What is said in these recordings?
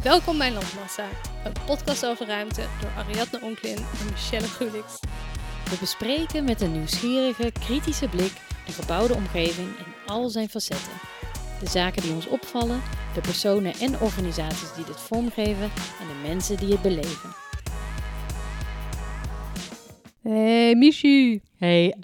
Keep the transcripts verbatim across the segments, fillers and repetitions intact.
Welkom bij Landmassa, een podcast over ruimte door Ariadne Onklin en Michelle Gulix. We bespreken met een nieuwsgierige, kritische blik de gebouwde omgeving in al zijn facetten. De zaken die ons opvallen, de personen en organisaties die dit vormgeven en de mensen die het beleven. Hey Michi! Hey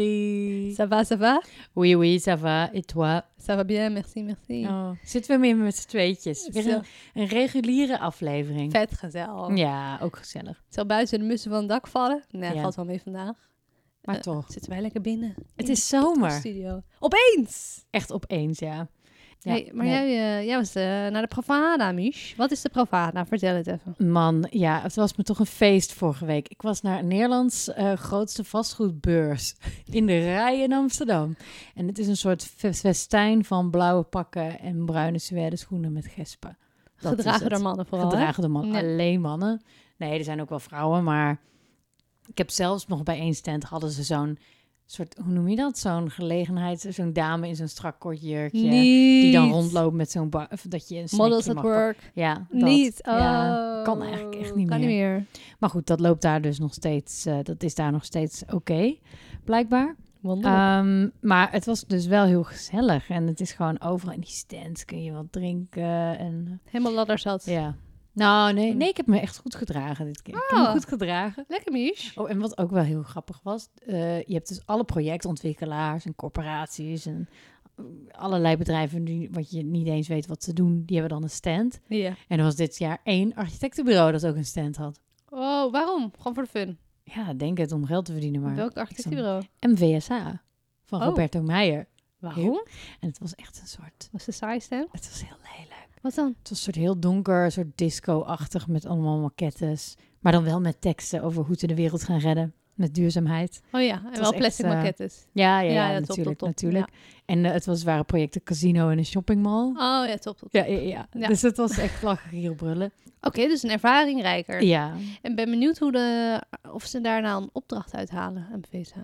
Ari! Ça va, ça va? Oui, oui, ça va. Et toi? Ça va bien, merci, merci. Oh, zitten we weer met z'n tweetjes. Weer Zo. een, een reguliere aflevering. Vet gezellig. Ja, ook gezellig. Zal buiten de mussen van het dak vallen? Nee, Ja. valt wel mee vandaag. Maar Eh, toch. Zitten wij lekker binnen. Het in is de zomer. podcaststudio. Opeens! Echt opeens, ja. Ja, hey, maar nee. jij, eh, jij was eh, naar de Provada, Mich. Wat is de Provada? Vertel het even. Man, ja, het was me toch een feest vorige week. Ik was naar Nederlands eh, grootste vastgoedbeurs in de Rij in Amsterdam. En het is een soort fe- festijn van blauwe pakken en bruine suède schoenen met gespen. Dat is Gedragen het. door mannen vooral. hè? Gedragen door mannen. Ja. Alleen mannen. Nee, er zijn ook wel vrouwen, maar ik heb zelfs nog bij één stand hadden ze zo'n soort, hoe noem je dat? Zo'n gelegenheid, zo'n dame in zo'n strak kort jurkje. Niet. Die dan rondloopt met zo'n bar, of dat je een Models snackje at mag pakken. work. Ja, dat. Niet. Oh, Ja, kan eigenlijk echt niet kan meer. niet meer. Maar goed, dat loopt daar dus nog steeds, uh, dat is daar nog steeds oké, blijkbaar. Wonderlijk. Um, maar het was dus wel heel gezellig. En het is gewoon overal in die stands kun je wat drinken. En Helemaal ladderzat. ja. Nou, nee, nee, ik heb me echt goed gedragen dit keer. Ik heb me Oh. goed gedragen. Lekker, Mich. Oh, en wat ook wel heel grappig was, uh, je hebt dus alle projectontwikkelaars en corporaties en allerlei bedrijven die, wat je niet eens weet wat ze doen, die hebben dan een stand. Ja. En er was dit jaar één architectenbureau dat ook een stand had. Oh, waarom? Gewoon voor de fun. Ja, denk het om geld te verdienen, maar Welk architectenbureau? M V S A van Oh. Roberto Meijer. Waarom? En het was echt een soort, Was de saai stem? het was heel lelijk. Wat dan? Het was een soort heel donker, een soort disco-achtig met allemaal maquettes. Maar dan wel met teksten over hoe ze de wereld gaan redden. Met duurzaamheid. Oh ja, en was wel echt, plastic uh, maquettes. Ja, ja, ja, Ja, ja, top, natuurlijk. top, top. natuurlijk. En uh, het was, waren projecten casino en een shoppingmall. Oh ja, top, top. Ja, ja, ja, Ja. Dus het was echt lachen, hier brullen. Oké, dus een ervaring rijker. Ja. En ben benieuwd hoe de, of ze daarna een opdracht uithalen, M V S A.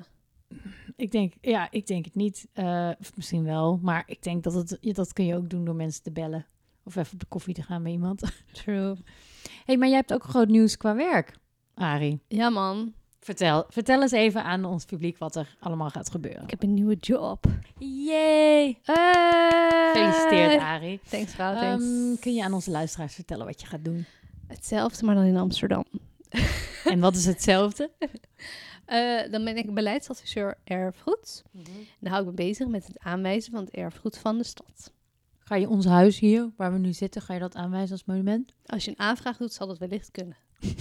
Ik denk, ja, ik denk het niet. Uh, of misschien wel. Maar ik denk dat het, ja, dat kun je ook doen door mensen te bellen. Of even op de koffie te gaan met iemand. True. Hey, maar jij hebt ook groot nieuws qua werk, Ari. Ja, man. Vertel, vertel eens even aan ons publiek wat er allemaal gaat gebeuren. Ik heb een nieuwe job. Yay! Hey. Gefeliciteerd, Ari. Thanks, vrouw. Thanks. Um, kun je aan onze luisteraars vertellen wat je gaat doen? Hetzelfde, maar dan in Amsterdam. En wat is hetzelfde? Uh, dan ben ik beleidsadviseur erfgoed. Mm-hmm. En dan hou ik me bezig met het aanwijzen van het erfgoed van de stad. Ga je ons huis hier, waar we nu zitten, ga je dat aanwijzen als monument? Als je een aanvraag doet, zal dat wellicht kunnen.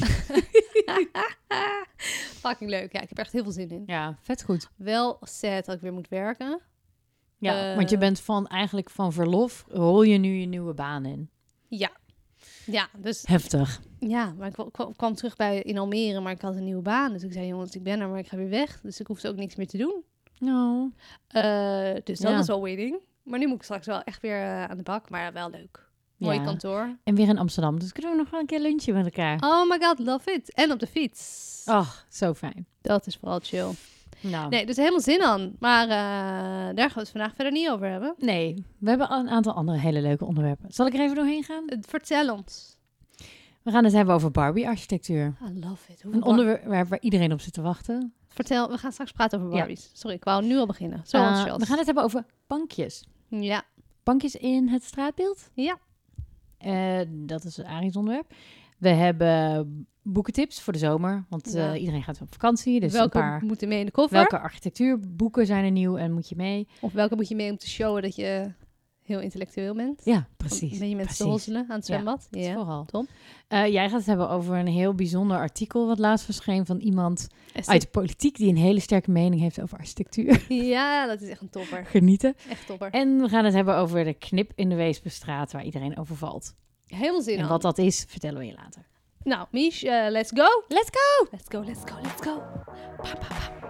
Fucking leuk. Ja, ik heb er echt heel veel zin in. Ja, vet goed. Wel sad dat ik weer moet werken. Ja, Uh, want je bent van eigenlijk van verlof, rol je nu je nieuwe baan in. Ja. Ja, dus Heftig. ja, maar ik kwam, kwam terug bij in Almere, maar ik had een nieuwe baan. Dus ik zei, jongens, ik ben er, maar ik ga weer weg. Dus ik hoefde ook niks meer te doen. Nou, Uh, dus dat Ja. was wel winning. Maar nu moet ik straks wel echt weer uh, aan de bak. Maar wel leuk. Mooi ja. kantoor. En weer in Amsterdam. Dus kunnen we nog wel een keer lunchen met elkaar. Oh my god, love it. En op de fiets. Ach, zo fijn. Dat is vooral chill. Nou, Nee, dus helemaal zin aan. Maar uh, daar gaan we het vandaag verder niet over hebben. nee, we hebben al een aantal andere hele leuke onderwerpen. Zal ik er even doorheen gaan? Uh, vertel ons. We gaan het hebben over Barbie-architectuur. I love it. Hoe Een onderwerp waar iedereen op zit te wachten. Vertel, we gaan straks praten over Ja. Barbies. Sorry, ik wou nu al beginnen. Zoals Uh, Charles. we gaan het hebben over bankjes. Ja. Bankjes in het straatbeeld. Ja. Uh, dat is Ari's onderwerp. We hebben boekentips voor de zomer. Want uh, Ja. iedereen gaat op vakantie. Dus welke een paar... moeten mee in de koffer? Welke architectuurboeken zijn er nieuw en moet je mee? Of welke moet je mee om te showen dat je heel intellectueel bent? Ja, precies. Een beetje mensen te precies. hosselen aan het zwembad. Dat Ja. vooral. Top. Uh, jij gaat het hebben over een heel bijzonder artikel wat laatst verscheen van iemand Is uit de politiek die een hele sterke mening heeft over architectuur. Ja, dat is echt een topper. Genieten. Echt topper. En we gaan het hebben over de knip in de Weesperstraat waar iedereen over valt. Helemaal zin En aan. wat dat is, vertellen we je later. Nou, Mich, uh, let's go. Let's go! Let's go, let's go, let's go. Pam, pam, pam.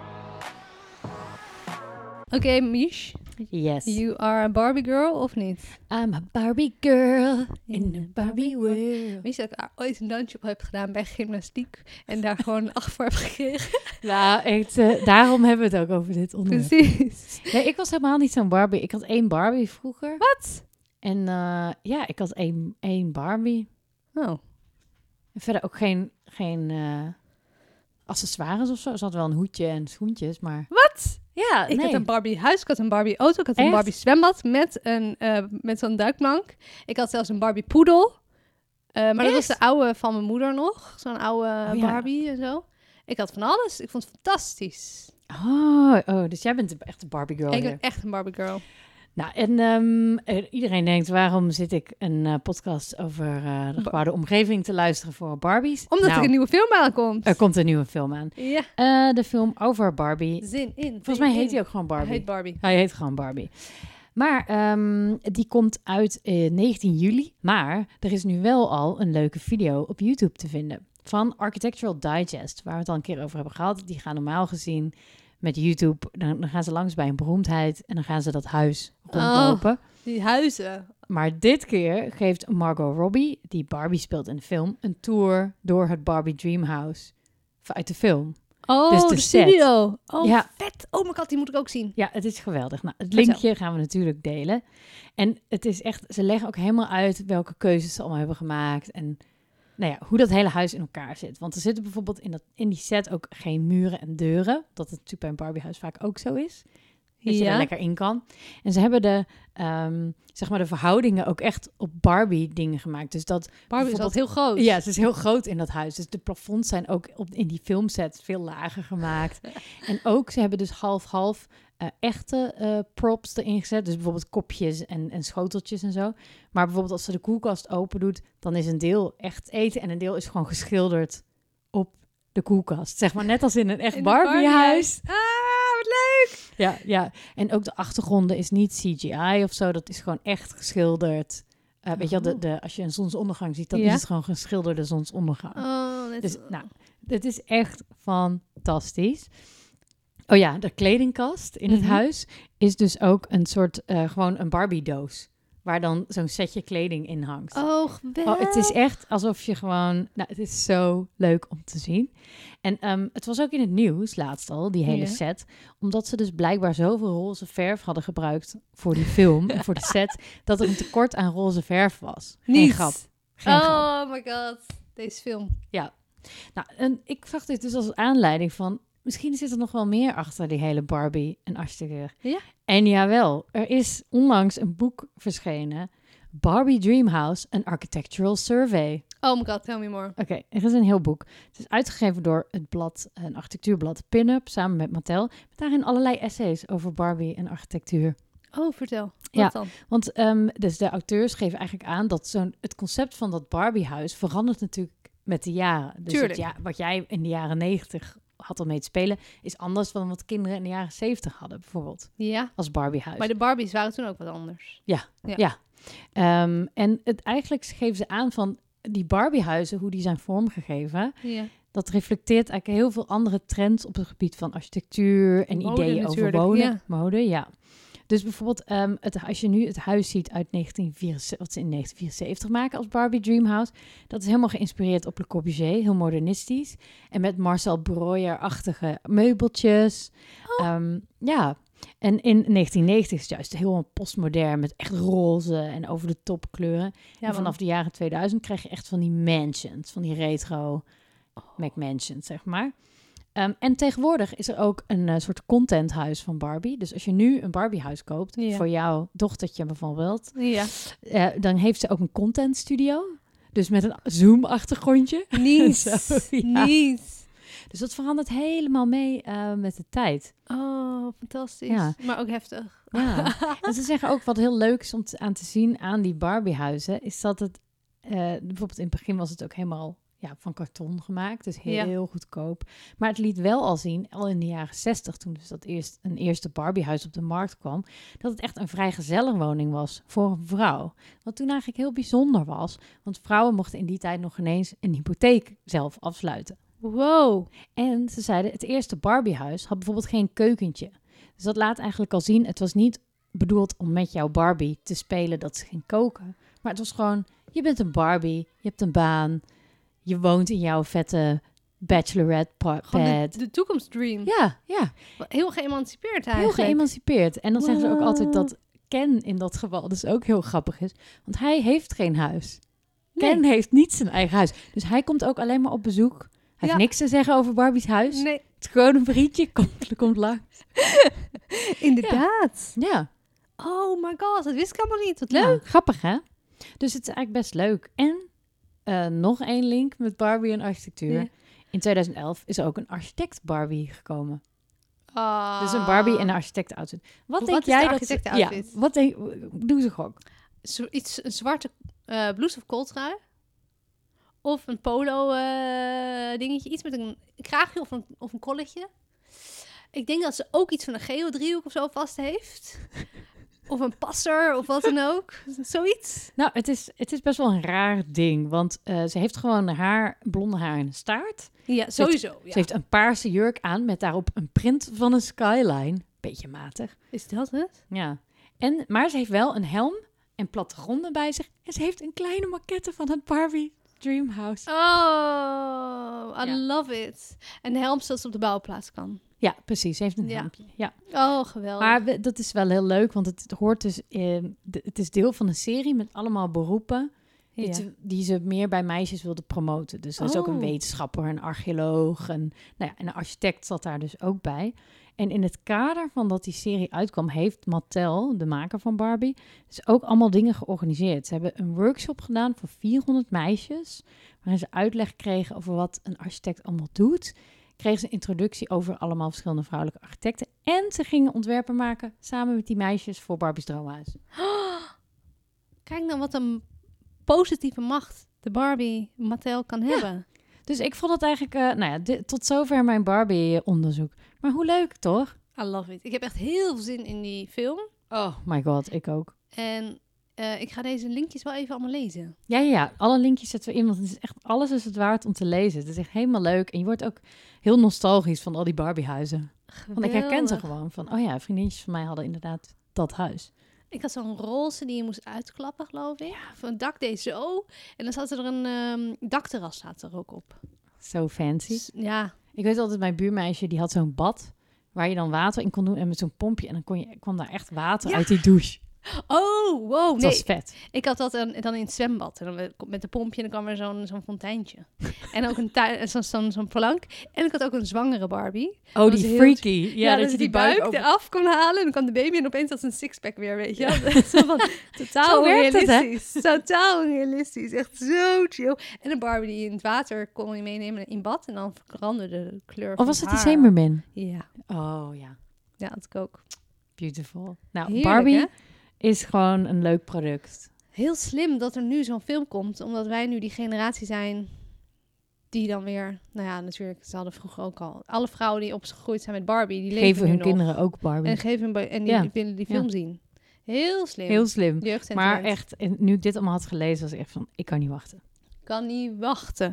Oké, okay, Mich. Yes. You are a Barbie girl, of niet? I'm a Barbie girl in a Barbie world. Wist je dat ik ooit een dansje op heb gedaan bij gymnastiek en daar gewoon een acht voor heb gekregen? Nou, echt, uh, daarom hebben we het ook over dit onderwerp. Precies. Nee, ik was helemaal niet zo'n Barbie. Ik had één Barbie vroeger. Wat? En uh, ja, ik had één, één Barbie. Oh. En verder ook geen, geen uh, accessoires of zo. Ze had wel een hoedje en schoentjes, maar... Wat? Ja, ik nee. had een Barbie huis, ik had een Barbie auto, ik had Echt? een Barbie zwembad met, een, uh, met zo'n duikplank. Ik had zelfs een Barbie poedel. Uh, maar Echt? Dat was de oude van mijn moeder nog. Zo'n oude oh, Barbie ja. en zo. Ik had van alles. Ik vond het fantastisch. Oh, oh dus jij bent echt een Barbie girl. Ik hier. ben echt een Barbie girl. Nou, en um, iedereen denkt, waarom zit ik een uh, podcast over uh, de gebouwde omgeving te luisteren voor Barbies? Omdat nou, er een nieuwe film aankomt. Er komt een nieuwe film aan. Ja. Uh, de film over Barbie. Zin in. Volgens zin mij heet in. hij ook gewoon Barbie. Hij heet Barbie. Hij heet gewoon Barbie. Maar um, die komt uit uh, negentien juli. Maar er is nu wel al een leuke video op YouTube te vinden. Van Architectural Digest, waar we het al een keer over hebben gehad. Die gaan normaal gezien met YouTube, dan, dan gaan ze langs bij een beroemdheid en dan gaan ze dat huis rondlopen. Oh, die huizen. Maar dit keer geeft Margot Robbie, die Barbie speelt in de film, een tour door het Barbie Dreamhouse uit de film. Oh, dus de, de set. studio. Oh, ja. vet. Oh my god, die moet ik ook zien. Ja, het is geweldig. Nou, het linkje gaan we natuurlijk delen. En het is echt, ze leggen ook helemaal uit welke keuzes ze allemaal hebben gemaakt en nou ja, hoe dat hele huis in elkaar zit. Want er zitten bijvoorbeeld in, dat, in die set ook geen muren en deuren. Dat het natuurlijk bij een Barbiehuis vaak ook zo is. Dat ja. je er lekker in kan. En ze hebben de, um, zeg maar de verhoudingen ook echt op Barbie dingen gemaakt. Dus dat Barbie is altijd heel groot. Ja, ze is heel groot in dat huis. Dus de plafonds zijn ook op, in die filmset veel lager gemaakt. En ook, ze hebben dus half-half uh, echte uh, props erin gezet. Dus bijvoorbeeld kopjes en, en schoteltjes en zo. Maar bijvoorbeeld als ze de koelkast open doet, dan is een deel echt eten en een deel is gewoon geschilderd op de koelkast. Zeg maar net als in een echt Barbiehuis. Barbie ah, wat leuk! Ja, ja, en ook de achtergronden is niet C G I of zo. Dat is gewoon echt geschilderd. Uh, weet je wel, de, de, als je een zonsondergang ziet, dan ja? is het gewoon geschilderde zonsondergang. Oh, dus nou, dit is echt fantastisch. Oh ja, de kledingkast in het mm-hmm. huis is dus ook een soort, uh, gewoon een Barbie-doos. Waar dan zo'n setje kleding in hangt. Oh, geweldig. Oh, het is echt alsof je gewoon... Nou, het is zo leuk om te zien. En um, het was ook in het nieuws, laatst al, die hele ja. set. Omdat ze dus blijkbaar zoveel roze verf hadden gebruikt voor die film en voor de set, dat er een tekort aan roze verf was. Geen Niet. grap. Geen oh grap. my god, deze film. Ja. Nou, en ik zag dit dus als aanleiding van... Misschien zit er nog wel meer achter die hele Barbie en architectuur. Ja? En jawel, er is onlangs een boek verschenen. Barbie Dreamhouse, an Architectural Survey. Oh my god, tell me more. Oké, okay, er is een heel boek. Het is uitgegeven door het blad, een architectuurblad Pin-Up, samen met Mattel. Met daarin allerlei essays over Barbie en architectuur. Oh, vertel. Wat ja, dan? Want um, dus de auteurs geven eigenlijk aan dat zo'n, het concept van dat Barbiehuis verandert natuurlijk met de jaren. Dus Tuurlijk. Het, ja, wat jij in de jaren negentig had om mee te spelen, is anders dan wat kinderen in de jaren zeventig hadden, bijvoorbeeld. Ja. Als Barbiehuis. Maar de Barbies waren toen ook wat anders. Ja, ja. ja. Um, en het, eigenlijk geven ze aan van die Barbiehuizen, hoe die zijn vormgegeven, ja. dat reflecteert eigenlijk heel veel andere trends op het gebied van architectuur en mode ideeën natuurlijk. over wonen. Ja. Mode, ja. Dus bijvoorbeeld, um, het, als je nu het huis ziet uit negentien vierenzeventig, wat ze in negentien vierenzeventig maken als Barbie Dreamhouse, dat is helemaal geïnspireerd op Le Corbusier, heel modernistisch. En met Marcel Breuer-achtige meubeltjes. Oh. Um, ja, en in negentien negentig is het juist heel postmodern met echt roze en over de top kleuren. Ja, en vanaf de jaren tweeduizend krijg je echt van die mansions, van die retro oh. McMansions, zeg maar. Um, en tegenwoordig is er ook een uh, soort contenthuis van Barbie. Dus als je nu een Barbiehuis koopt, ja. voor jouw dochtertje bijvoorbeeld, ja. uh, dan heeft ze ook een content studio. Dus met een Zoom-achtergrondje. Niet, Zo, ja. niet. Dus dat verandert helemaal mee uh, met de tijd. Oh, fantastisch. Ja. Maar ook heftig. Ja. En ze zeggen ook wat heel leuk is om te, aan te zien aan die Barbiehuizen, is dat het, uh, bijvoorbeeld in het begin was het ook helemaal ja, van karton gemaakt, dus heel, ja. heel goedkoop. Maar het liet wel al zien, al in de jaren zestig, toen dus dat eerst een eerste Barbiehuis op de markt kwam, dat het echt een vrijgezellenwoning was voor een vrouw. Wat toen eigenlijk heel bijzonder was, want vrouwen mochten in die tijd nog ineens een hypotheek zelf afsluiten. Wow. En ze zeiden, het eerste Barbiehuis had bijvoorbeeld geen keukentje. Dus dat laat eigenlijk al zien, het was niet bedoeld om met jouw Barbie te spelen dat ze ging koken. Maar het was gewoon, je bent een Barbie, je hebt een baan, je woont in jouw vette bachelorette pad. De, de toekomstdream. Ja, ja. Heel geëmancipeerd eigenlijk. Heel geëmancipeerd. En dan wow. zeggen ze ook altijd dat Ken in dat geval dus ook heel grappig is. Want hij heeft geen huis. Nee. Ken heeft niet zijn eigen huis. Dus hij komt ook alleen maar op bezoek. Hij Ja. heeft niks te zeggen over Barbie's huis. Nee, Het is gewoon een vriendje. Komt, komt langs. inderdaad. Ja. Oh my god, dat wist ik allemaal niet. Wat Ja, leuk. grappig hè? Dus het is eigenlijk best leuk. En uh, nog één link met Barbie en architectuur. Ja. In tweeduizend elf is er ook een architect Barbie gekomen. Ah. Dus een Barbie en een architect outfit. Wat Wat denk is jij de dat? architecten Ja, outfit? wat denk doe ze gok. Zo, iets, een zwarte uh, blouse of kooltrui. Of een polo uh, dingetje. Iets met een kraagje of een, of een kolletje. Ik denk dat ze ook iets van een geodriehoek of zo vast heeft. Of een passer of wat dan ook. Zoiets. Nou, het is, het is best wel een raar ding. Want uh, ze heeft gewoon haar, blonde haar en een staart. Ja, sowieso. Ze heeft, ja. ze heeft een paarse jurk aan met daarop een print van een skyline. Beetje matig. Is dat het? Ja. En, maar ze heeft wel een helm en plattegronden bij zich. En ze heeft een kleine maquette van het Barbie Dreamhouse. Oh, I Ja. love it. En de helm zodat ze op de bouwplaats kan. Ja, precies. Ze heeft een Ja. helmpje. Ja. Oh, geweldig. Maar we, dat is wel heel leuk, want het hoort dus... Eh, de, het is deel van een serie met allemaal beroepen... ja. Die, ze, die ze meer bij meisjes wilde promoten. Dus er is ook een Oh. wetenschapper, een archeoloog... En, nou ja, en een architect zat daar dus ook bij. En in het kader van dat die serie uitkwam... heeft Mattel, de maker van Barbie... dus ook allemaal dingen georganiseerd. Ze hebben een workshop gedaan voor vierhonderd meisjes... waarin ze uitleg kregen over wat een architect allemaal doet... kregen ze een introductie over allemaal verschillende vrouwelijke architecten. En ze gingen ontwerpen maken samen met die meisjes voor Barbie's Droomhuis. Oh, kijk dan wat een positieve macht de Barbie Mattel kan hebben. Dus ik vond het eigenlijk, uh, nou ja, dit, tot zover mijn Barbie-onderzoek. Maar hoe leuk, toch? I love it. Ik heb echt heel veel zin in die film. Oh my god, ik ook. En uh, ik ga deze linkjes wel even allemaal lezen. Ja, ja, ja, alle linkjes zetten we in, want het is echt, alles is het waard om te lezen. Het is echt helemaal leuk. En je wordt ook heel nostalgisch van al die Barbiehuizen. Want ik herken ze gewoon van, oh ja, vriendinnetjes van mij hadden inderdaad dat huis. Ik had zo'n roze die je moest uitklappen, geloof ik. Ja. Van het dak deed zo. En dan zat er een um, dakterras staat er ook op. Zo so fancy. Dus, ja. Ik weet altijd, mijn buurmeisje, die had zo'n bad waar je dan water in kon doen en met zo'n pompje. En dan kon je, kwam daar echt water ja. uit die douche. Oh, wow. Dat nee. was vet. Ik had dat dan, dan in het zwembad. En dan met, met de pompje en dan kwam er zo'n, zo'n fonteintje. En ook een tuin, zo'n, zo'n, zo'n plank. En ik had ook een zwangere Barbie. Oh, die freaky. Heel, ja, ja, dat, dat je die die buik, buik eraf kon halen. En dan kwam de baby en opeens had ze een sixpack weer, weet je. Ja. Zo van, totaal zo onrealistisch. Het, totaal onrealistisch. Echt zo chill. En een Barbie die in het water kon je meenemen in bad. En dan veranderde de kleur van Of was het haar. die Zemermin? Ja. Oh, ja. Ja, dat ik ook. Beautiful. Nou, Heerlijk, Barbie hè? is gewoon een leuk product. Heel slim dat er nu zo'n film komt. Omdat wij nu die generatie zijn die dan weer... Nou ja, natuurlijk, ze hadden vroeger ook al... Alle vrouwen die opgegroeid zijn met Barbie, die geven leven hun nu nog. kinderen ook Barbie. En, geven hun, en die Ja. willen die film Ja. zien. Heel slim. Heel slim. Jeugdsentiment. Maar echt, en nu ik dit allemaal had gelezen, was ik echt van, ik kan niet wachten. Kan niet wachten.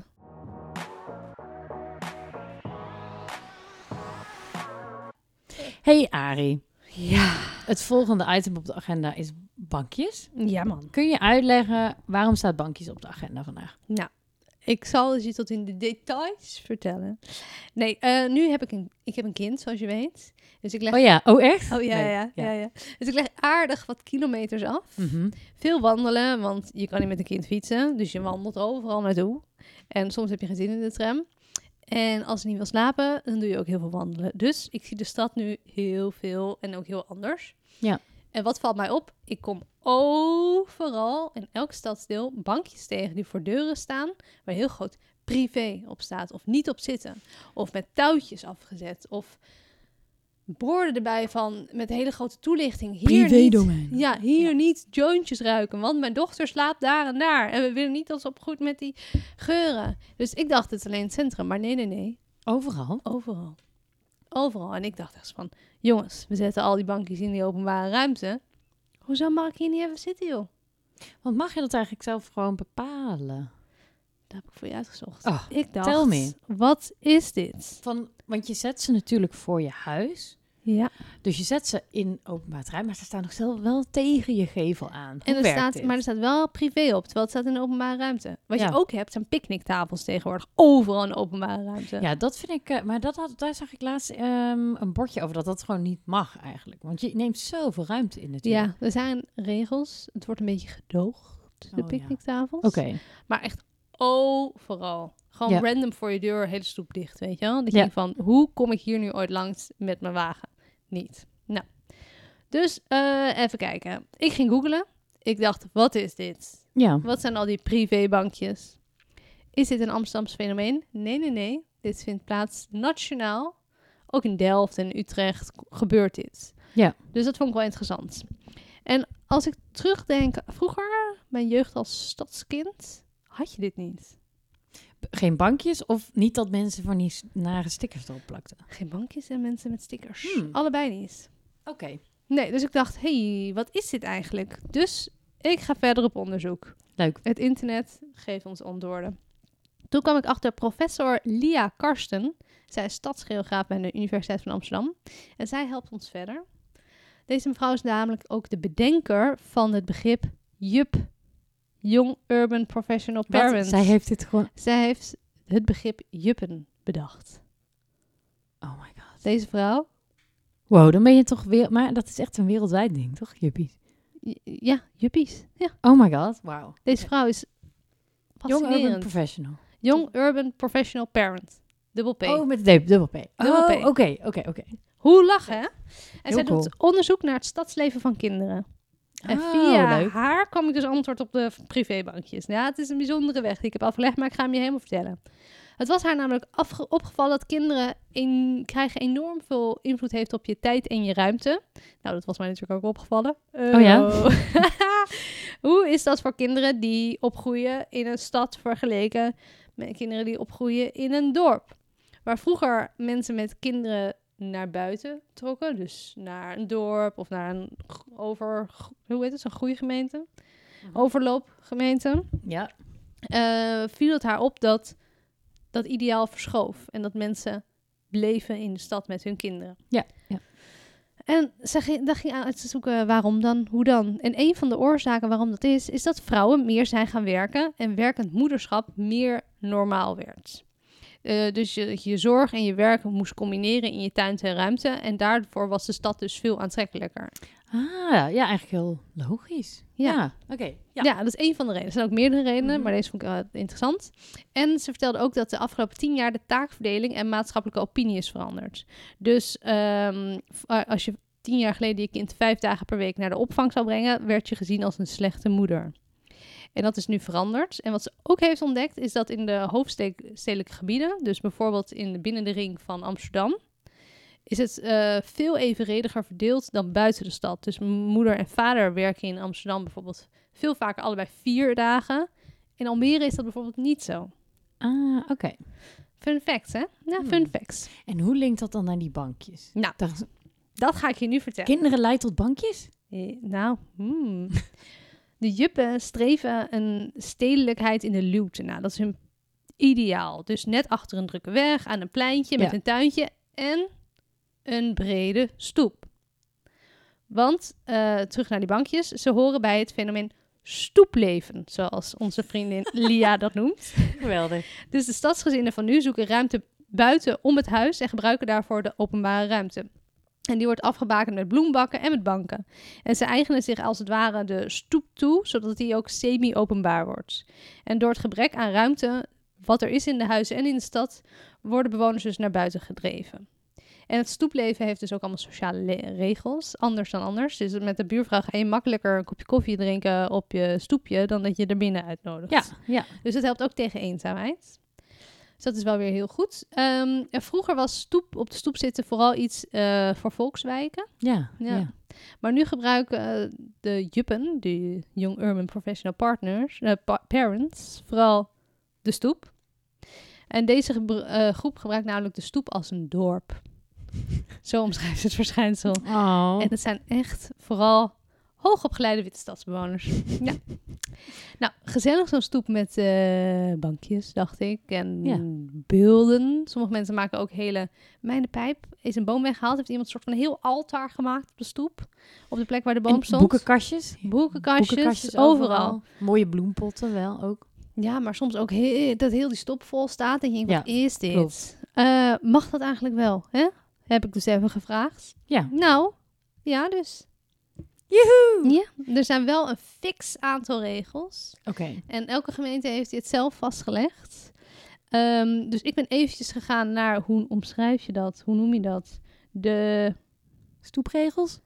Hey Arie. Ja. Het volgende item op de agenda is bankjes. Ja, man. Kun je uitleggen waarom staat bankjes op de agenda vandaag? Nou, ik zal je tot in de details vertellen. Nee, uh, nu heb ik een, ik heb een kind, zoals je weet. Dus ik leg... Oh ja, oh echt? Oh ja, Nee. ja, ja, ja. Dus ik leg aardig wat kilometers af. Mm-hmm. Veel wandelen, want je kan niet met een kind fietsen. Dus je wandelt overal naartoe. En soms heb je geen zin in de tram. En als je niet wil slapen, dan doe je ook heel veel wandelen. Dus ik zie de stad nu heel veel en ook heel anders. Ja. En wat valt mij op? Ik kom overal in elk stadsdeel bankjes tegen die voor deuren staan, waar heel groot privé op staat of niet op zitten. Of met touwtjes afgezet. Of borden erbij van met hele grote toelichting. Hier Privé-domein. niet, ja, hier Ja. niet jointjes ruiken, want mijn dochter slaapt daar en daar. En we willen niet dat ze opgroeit met die geuren. Dus ik dacht het is alleen het centrum, maar nee, nee, nee. Overal? Overal. Overal. En ik dacht echt van, jongens, we zetten al die bankjes in die openbare ruimte. Hoezo mag ik hier niet even zitten, joh? Want mag je dat eigenlijk zelf gewoon bepalen? Dat heb ik voor je uitgezocht. Oh, ik dacht, tell me. wat is dit? Van, want je zet ze natuurlijk voor je huis. Ja. Dus je zet ze in openbaar terrein, maar ze staan nog zelf wel tegen je gevel aan. Hoe En er werkt staat, dit? maar er staat wel privé op, terwijl het staat in de openbare ruimte. Wat Ja. je ook hebt, zijn picknicktafels tegenwoordig. Overal in de openbare ruimte. Ja, dat vind ik... Uh, maar dat had, daar zag ik laatst um, een bordje over dat dat gewoon niet mag eigenlijk. Want je neemt zoveel ruimte in natuurlijk. Ja, er zijn regels. Het wordt een beetje gedoogd, de Oh, picknicktafels. Oké. Okay. Maar echt overal. Gewoon ja. random voor je deur, hele stoep dicht, weet je wel? Dat je ja. denkt van, hoe kom ik hier nu ooit langs met mijn wagen? Niet. Nou, dus uh, even kijken. Ik ging googlen. Ik dacht, wat is dit? Ja. Wat zijn al die privébankjes? Is dit een Amsterdams fenomeen? Nee, nee, nee. Dit vindt plaats nationaal. Ook in Delft en Utrecht gebeurt dit. Ja. Dus dat vond ik wel interessant. En als ik terugdenk, vroeger, mijn jeugd als stadskind, had je dit niet. Geen bankjes of niet dat mensen van die nare stickers erop plakten? Geen bankjes en mensen met stickers. Hmm. Allebei niet. Oké. Okay. Nee, dus ik dacht, hé, hey, wat is dit eigenlijk? Dus ik ga verder op onderzoek. Leuk. Het internet geeft ons antwoorden. Toen kwam ik achter professor Lia Karsten. Zij is stadsgeograaf bij de Universiteit van Amsterdam. En zij helpt ons verder. Deze mevrouw is namelijk ook de bedenker van het begrip J U P. Young Urban Professional Parents. Wat? Zij heeft dit gewoon... Zij heeft het begrip juppen bedacht. Oh my god. Deze vrouw... Wow, dan ben je toch weer... Maar dat is echt een wereldwijd ding, toch? Juppies. Ja, juppies. Ja. Oh my god, wauw. Deze vrouw is Young Urban Professional. Young Urban Professional Parent. Dubbel P. Oh, met de dubbel P. Dubbel P. Oh, oké, oké, oké. Hoe lachen, hè? En Heel zij cool. doet onderzoek naar het stadsleven van kinderen. En Oh, via leuk. haar kwam ik dus antwoord op de privébankjes. Ja, het is een bijzondere weg die ik heb afgelegd, maar ik ga hem je helemaal vertellen. Het was haar namelijk afge- opgevallen dat kinderen in, krijgen enorm veel invloed heeft op je tijd en je ruimte. Nou, dat was mij natuurlijk ook opgevallen. Uh, oh ja? Hoe is dat voor kinderen die opgroeien in een stad vergeleken met kinderen die opgroeien in een dorp? Waar vroeger mensen met kinderen naar buiten trokken, dus naar een dorp of naar een over, hoe heet het, een groeigemeente, uh-huh. overloopgemeente. Ja. Uh, viel het haar op dat dat ideaal verschoof en dat mensen bleven in de stad met hun kinderen. Ja. ja. En ze ging, daar ging aan uit te zoeken waarom dan, hoe dan. En een van de oorzaken waarom dat is, is dat vrouwen meer zijn gaan werken en werkend moederschap meer normaal werd. Uh, dus je, je zorg en je werk moest combineren in je tuin en ruimte. En daarvoor was de stad dus veel aantrekkelijker. Ah, ja, eigenlijk heel logisch. Ja, ja. oké. Okay, ja. ja, dat is één van de redenen. Er zijn ook meerdere redenen, mm-hmm. maar deze vond ik uh, interessant. En ze vertelde ook dat de afgelopen tien jaar de taakverdeling en maatschappelijke opinie is veranderd. Dus um, als je tien jaar geleden je kind vijf dagen per week naar de opvang zou brengen, werd je gezien als een slechte moeder. En dat is nu veranderd. En wat ze ook heeft ontdekt, is dat in de hoofdstedelijke gebieden, dus bijvoorbeeld in de binnen de ring van Amsterdam, is het uh, veel evenrediger verdeeld dan buiten de stad. Dus moeder en vader werken in Amsterdam bijvoorbeeld veel vaker allebei vier dagen. In Almere is dat bijvoorbeeld niet zo. Ah, oké. Okay. Fun facts, hè? Ja, hmm. fun facts. En hoe linkt dat dan naar die bankjes? Nou, dat, dat ga ik je nu vertellen. Kinderen leiden tot bankjes? Eh, nou, hmm. De juppen streven een stedelijkheid in de luwte. Nou, dat is hun ideaal. Dus net achter een drukke weg, aan een pleintje met ja. een tuintje en een brede stoep. Want, uh, terug naar die bankjes, ze horen bij het fenomeen stoepleven, zoals onze vriendin Lia dat noemt. Geweldig. Dus de stadsgezinnen van nu zoeken ruimte buiten om het huis en gebruiken daarvoor de openbare ruimte. En die wordt afgebakend met bloembakken en met banken. En ze eigenen zich als het ware de stoep toe, zodat die ook semi-openbaar wordt. En door het gebrek aan ruimte, wat er is in de huizen en in de stad, worden bewoners dus naar buiten gedreven. En het stoepleven heeft dus ook allemaal sociale le- regels, anders dan anders. Dus met de buurvrouw ga je makkelijker een kopje koffie drinken op je stoepje dan dat je er binnen uitnodigt. Ja, ja. Dus het helpt ook tegen eenzaamheid. Dus dat is wel weer heel goed. Um, vroeger was stoep, op de stoep zitten vooral iets uh, voor volkswijken. Ja, ja. ja. Maar nu gebruiken uh, de juppen, de Young Urban Professional Partners, uh, pa- Parents, vooral de stoep. En deze gebru- uh, groep gebruikt namelijk de stoep als een dorp. Zo omschrijft het verschijnsel. Oh. En het zijn echt vooral hoogopgeleide witte stadsbewoners. Ja. Nou, gezellig zo'n stoep met uh, bankjes, dacht ik. En ja. beelden. Sommige mensen maken ook hele... Mijn pijp is een boom weggehaald. Heeft iemand een soort van een heel altaar gemaakt op de stoep. Op de plek waar de boom en stond. Boekenkastjes. Boekenkastjes. Boekenkastjes overal. overal. Mooie bloempotten wel ook. Ja, maar soms ook heel, dat heel die stop vol staat. En je denkt, ja, wat is dit? Uh, mag dat eigenlijk wel? Hè? Heb ik dus even gevraagd. Ja. Nou, ja dus... Joehoe! Ja, er zijn wel een fix aantal regels. Oké. Okay. En elke gemeente heeft het zelf vastgelegd. Um, dus ik ben eventjes gegaan naar, hoe omschrijf je dat? Hoe noem je dat? De stoepregels?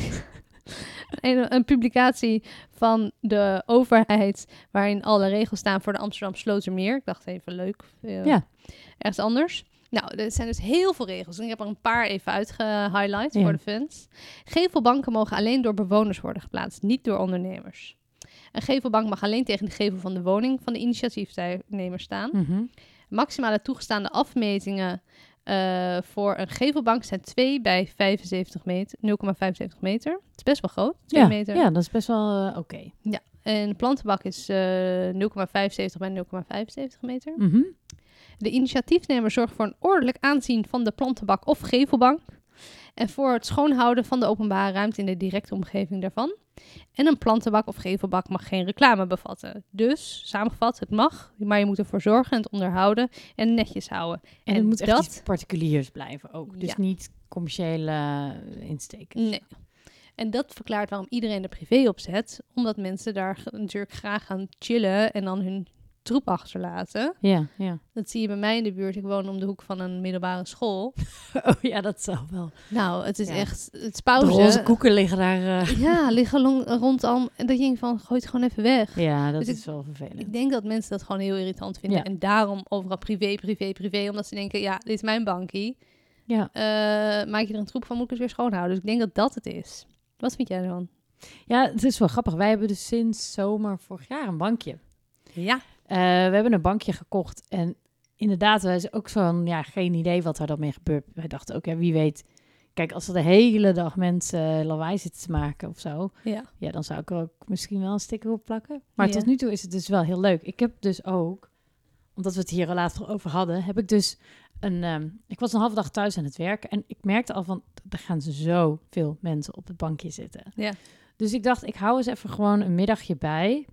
een, een publicatie van de overheid waarin alle regels staan voor de Amsterdam Slotermeer. Ik dacht even leuk. Uh, ja. Ergens anders. Nou, er zijn dus heel veel regels. En ik heb er een paar even uitgehighlight ja. voor de fans. Gevelbanken mogen alleen door bewoners worden geplaatst, niet door ondernemers. Een gevelbank mag alleen tegen de gevel van de woning van de initiatiefnemer staan. Mm-hmm. Maximale toegestaande afmetingen uh, voor een gevelbank zijn twee bij vijfenzeventig meter, nul komma vijfenzeventig meter. Het is best wel groot, twee ja, meter. Ja, dat is best wel uh, oké. Okay. Ja, en de plantenbak is uh, nul komma vijfenzeventig bij nul komma vijfenzeventig meter. Mm-hmm. De initiatiefnemer zorgt voor een ordelijk aanzien van de plantenbak of gevelbank. En voor het schoonhouden van de openbare ruimte in de directe omgeving daarvan. En een plantenbak of gevelbak mag geen reclame bevatten. Dus, samengevat, het mag, maar je moet ervoor zorgen, het onderhouden en netjes houden. En, en het moet echt dat... particuliers blijven ook. Dus ja. niet commerciële insteken. Nee. En dat verklaart waarom iedereen er privé op zet. Omdat mensen daar natuurlijk graag gaan chillen en dan hun troep achterlaten. Ja, ja. Dat zie je bij mij in de buurt. Ik woon om de hoek van een middelbare school. Oh ja, dat zou wel. Nou, het is ja. echt... Het is de pauze. roze koeken liggen daar... Uh... Ja, liggen long, rondom. En dat je denkt van, gooi het gewoon even weg. Ja, dat dus is ik, wel vervelend. Ik denk dat mensen dat gewoon heel irritant vinden. Ja. En daarom overal privé, privé, privé. Omdat ze denken, ja, dit is mijn bankie. Ja. Uh, maak je er een troep van, moet ik het weer schoonhouden. Dus ik denk dat dat het is. Wat vind jij dan? Ja, het is wel grappig. Wij hebben dus sinds zomer vorig jaar een bankje. Ja. Uh, we hebben een bankje gekocht en inderdaad, wij zijn ook zo'n, ja, geen idee wat er dan mee gebeurt. Wij dachten ook, ja, wie weet. Kijk, als er de hele dag mensen lawaai zitten te maken of zo, ja, ja dan zou ik er ook misschien wel een sticker op plakken. Maar ja. tot nu toe is het dus wel heel leuk. Ik heb dus ook, omdat we het hier al later over hadden, heb ik dus een, um, ik was een halve dag thuis aan het werken en ik merkte al van, er gaan zoveel mensen op het bankje zitten. Ja. Dus ik dacht, ik hou eens even gewoon een middagje bij.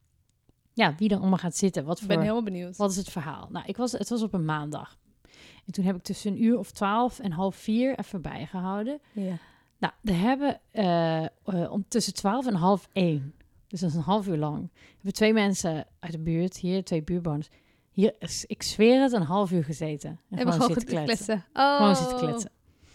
Ja, wie dan allemaal gaat zitten. Wat voor, ik ben heel benieuwd. Wat is het verhaal? Nou, ik was, het was op een maandag. En toen heb ik tussen een uur of twaalf en half vier even bijgehouden. Ja. Nou, er hebben uh, uh, om tussen twaalf en half één, dus dat is een half uur lang, hebben twee mensen uit de buurt, hier, twee buurtbewoners, hier, ik zweer het, een half uur gezeten. En hebben gewoon zitten kletsen. kletsen. Oh. Gewoon zitten kletsen.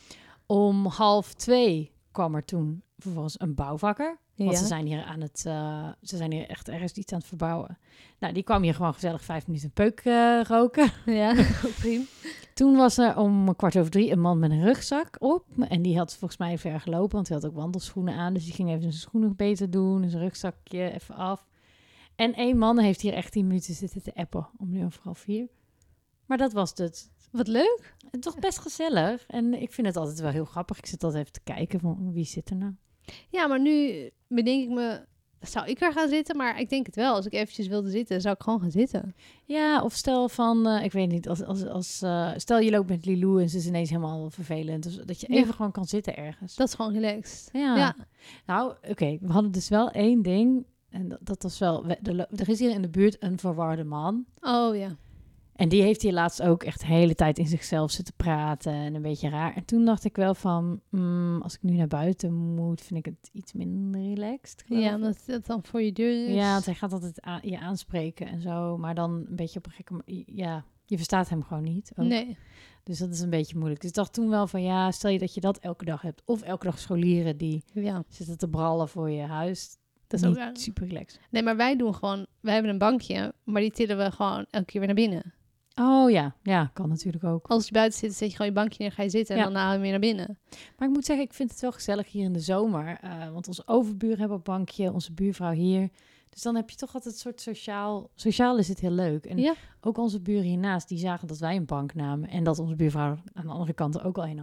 Om half twee kwam er toen vervolgens een bouwvakker. Want ja. ze zijn hier aan het, uh, ze zijn hier echt ergens iets aan het verbouwen. Nou, die kwam hier gewoon gezellig vijf minuten peuk uh, roken. Ja, prima. Toen was er om kwart over drie een man met een rugzak op. En die had volgens mij ver gelopen, want hij had ook wandelschoenen aan. Dus die ging even zijn schoenen beter doen, zijn rugzakje even af. En één man heeft hier echt tien minuten zitten te appen om nu over half vier. Maar dat was het. Wat leuk. Toch best gezellig. En ik vind het altijd wel heel grappig. Ik zit altijd even te kijken van wie zit er nou. Ja, maar nu bedenk ik me, zou ik er gaan zitten? Maar ik denk het wel. Als ik eventjes wilde zitten, zou ik gewoon gaan zitten. Ja, of stel van, uh, ik weet niet, als, als, als uh, stel je loopt met Lilou en ze is ineens helemaal vervelend. Dus dat je even ja. gewoon kan zitten ergens. Dat is gewoon relaxed. Ja. ja. Nou, oké, okay, we hadden dus wel één ding. En dat, dat was wel, de, er is hier in de buurt een verwarde man. Oh ja. En die heeft hier laatst ook echt de hele tijd in zichzelf zitten praten en een beetje raar. En toen dacht ik wel van, mm, als ik nu naar buiten moet, vind ik het iets minder relaxed. Ja, omdat het dan voor je deur is. Ja, want hij gaat altijd a- je aanspreken en zo. Maar dan een beetje op een gekke manier, ja, je verstaat hem gewoon niet. Ook. Nee. Dus dat is een beetje moeilijk. Dus ik dacht toen wel van, ja, stel je dat je dat elke dag hebt. Of elke dag scholieren die ja. zitten te brallen voor je huis. Dat is niet ook super relaxed. Nee, maar wij doen gewoon, wij hebben een bankje, maar die tillen we gewoon elke keer weer naar binnen. Oh ja, ja, kan natuurlijk ook. Als je buiten zit, zet je gewoon je bankje neer, ga je zitten en ja. dan haal je hem weer naar binnen. Maar ik moet zeggen, ik vind het wel gezellig hier in de zomer. Uh, want onze overburen hebben een bankje, onze buurvrouw hier. Dus dan heb je toch altijd een soort sociaal... Sociaal is het heel leuk. En ja. ook onze buren hiernaast, die zagen dat wij een bank namen. En dat onze buurvrouw aan de andere kant er ook al een had.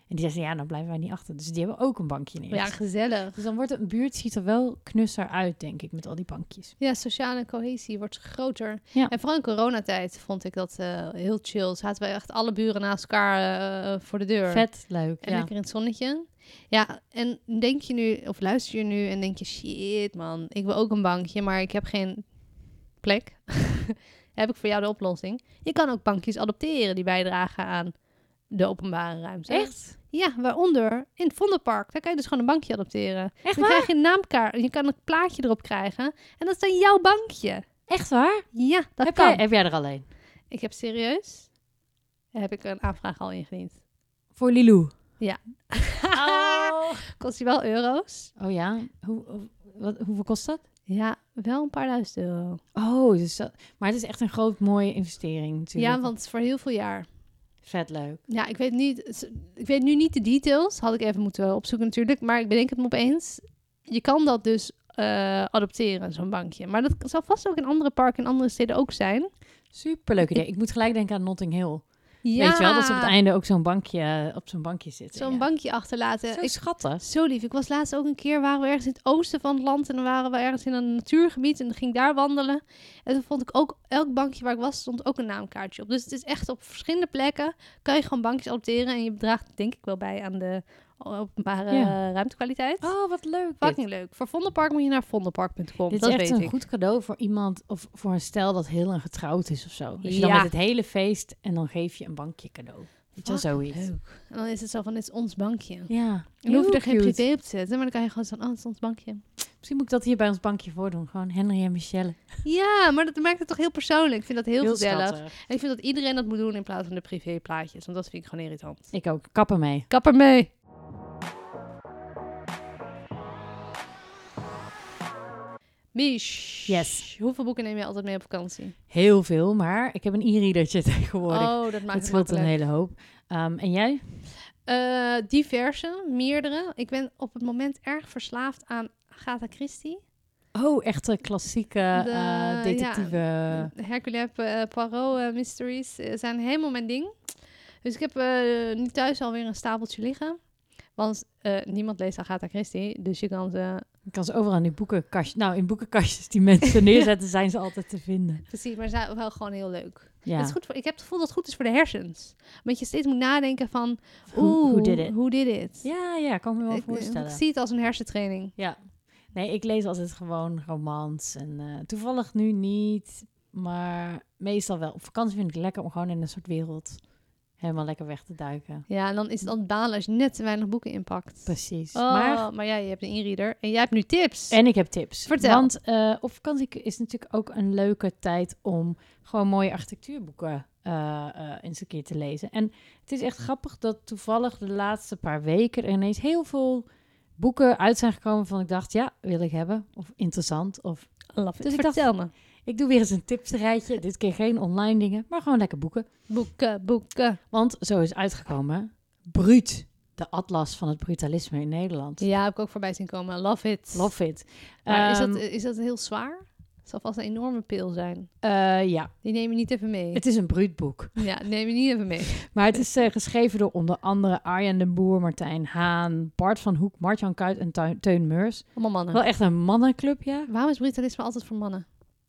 En die zeggen, ja, dan blijven wij niet achter. Dus die hebben ook een bankje neer. Ja, gezellig. Dus dan wordt het, een buurt ziet er wel knusser uit, denk ik, met al die bankjes. Ja, sociale cohesie wordt groter. Ja. En vooral in coronatijd vond ik dat uh, heel chill. Zaten wij echt alle buren naast elkaar uh, voor de deur. Vet, leuk. En ja. lekker in het zonnetje. Ja, en denk je nu, of luister je nu en denk je, shit man, ik wil ook een bankje, maar ik heb geen plek. Heb ik voor jou de oplossing. Je kan ook bankjes adopteren die bijdragen aan de openbare ruimte. Echt? Ja, waaronder in het Vondelpark. Daar kan je dus gewoon een bankje adopteren. Echt dan waar? krijg je een naamkaart. Je kan een plaatje erop krijgen. En dat is dan jouw bankje. Echt waar? Ja, dat heb kan. Jij, heb jij er alleen? Ik heb serieus... Heb ik een aanvraag al ingediend. Voor Lilou? Ja. Oh, Kost die wel euro's? oh ja? Hoe, wat, hoeveel kost dat? Ja, wel een paar duizend euro. Oh, dus dat, maar het is echt een groot mooie investering natuurlijk. Ja, want het is voor heel veel jaar. Vet leuk. Ja, ik weet, niet, ik weet nu niet de details. Had ik even moeten opzoeken natuurlijk. Maar ik bedenk het me opeens. Je kan dat dus uh, adopteren, zo'n bankje. Maar dat zal vast ook in andere parken in andere steden ook zijn. Superleuk idee. Ik, ik moet gelijk denken aan Notting Hill. Ja. Weet je wel, dat ze op het einde ook zo'n bankje op zo'n bankje zitten. Zo'n ja. bankje achterlaten. Zo ik, schattig. Zo lief. Ik was laatst ook een keer, waren we ergens in het oosten van het land. En dan waren we ergens in een natuurgebied. En dan ging ik daar wandelen. En toen vond ik ook, elk bankje waar ik was, stond ook een naamkaartje op. Dus het is echt op verschillende plekken. Kan je gewoon bankjes adopteren. En je draagt denk ik wel bij aan de openbare Ja. ruimtekwaliteit. Oh, wat leuk. Fucking leuk. Voor Vondelpark moet je naar vondelpark punt com. Dit Dat is echt weet een ik. goed cadeau voor iemand of voor een stel dat heel lang getrouwd is of zo. Dus je Ja. dan met het hele feest en dan geef je een bankje cadeau. Weet je wel, zoiets. Leuk. En dan is het zo van, dit is ons bankje. Ja. En dan hoef je er geen cute. privé op te zetten. Maar dan kan je gewoon zo, oh, het is ons bankje. Misschien moet ik dat hier bij ons bankje voordoen. Gewoon Henry en Michelle. Ja, maar dat maakt het toch heel persoonlijk. Ik vind dat heel, Heel gezellig. schattig. En ik vind dat iedereen dat moet doen in plaats van de privéplaatjes. Want dat vind ik gewoon irritant. Ik ook. Kap ermee. Kap ermee. Mish. Yes. Hoeveel boeken neem je altijd mee op vakantie? Heel veel, maar ik heb een e-readertje tegenwoordig. Oh, dat maakt dat het scheelt een makkelijk. hele hoop. Um, en jij? Uh, diverse, meerdere. Ik ben op het moment erg verslaafd aan Agatha Christie. Oh, echte klassieke De, uh, detectieve... Ja, Hercule uh, Poirot uh, mysteries uh, zijn helemaal mijn ding. Dus ik heb uh, nu thuis alweer een stapeltje liggen. Want uh, niemand leest Agatha Christie, dus je kan ze... Je kan ze overal in die boekenkastjes... Nou, in boekenkastjes die mensen neerzetten, zijn ze altijd te vinden. Precies, maar ze zijn wel gewoon heel leuk. Ja. Het is goed voor, ik heb het gevoel dat het goed is voor de hersens. Omdat je steeds moet nadenken van... Who- Oeh, who did it? Who did it? Ja, ja, kan ik me wel ik, voorstellen. ik zie het als een hersentraining. Ja. Nee, ik lees altijd gewoon romans. En uh, toevallig nu niet, maar meestal wel. Op vakantie vind ik het lekker om gewoon in een soort wereld helemaal lekker weg te duiken. Ja, en dan is het dan balen als je net te weinig boeken inpakt. Precies. Oh, Maar, maar ja, je hebt een e-reader en jij hebt nu tips. en ik heb tips. Vertel. Want uh, op vakantie is natuurlijk ook een leuke tijd om gewoon mooie architectuurboeken uh, uh, eens een keer te lezen. En het is echt grappig dat toevallig de laatste paar weken er ineens heel veel boeken uit zijn gekomen van ik dacht, ja, wil ik hebben. Of interessant. Of... Love it. Dus ik Vertel me. Ik doe weer eens een tipsrijtje. Dit keer geen online dingen, maar gewoon lekker boeken. Boeken, boeken. Want zo is uitgekomen. Bruut. De atlas van het brutalisme in Nederland. Ja, heb ik ook voorbij zien komen. Love it. Love it. Maar is, Um, dat, is dat heel zwaar? Het zal vast een enorme pil zijn. Uh, ja. Die neem je niet even mee. Het is een bruutboek. Ja, neem je niet even mee. Maar het is uh, geschreven door onder andere Arjen den Boer, Martijn Haan, Bart van Hoek, Mart-Jan Kuyt en Teun, Teun Meurs. Allemaal mannen. Wel echt een mannenclub, ja? Waarom is brutalisme altijd voor mannen?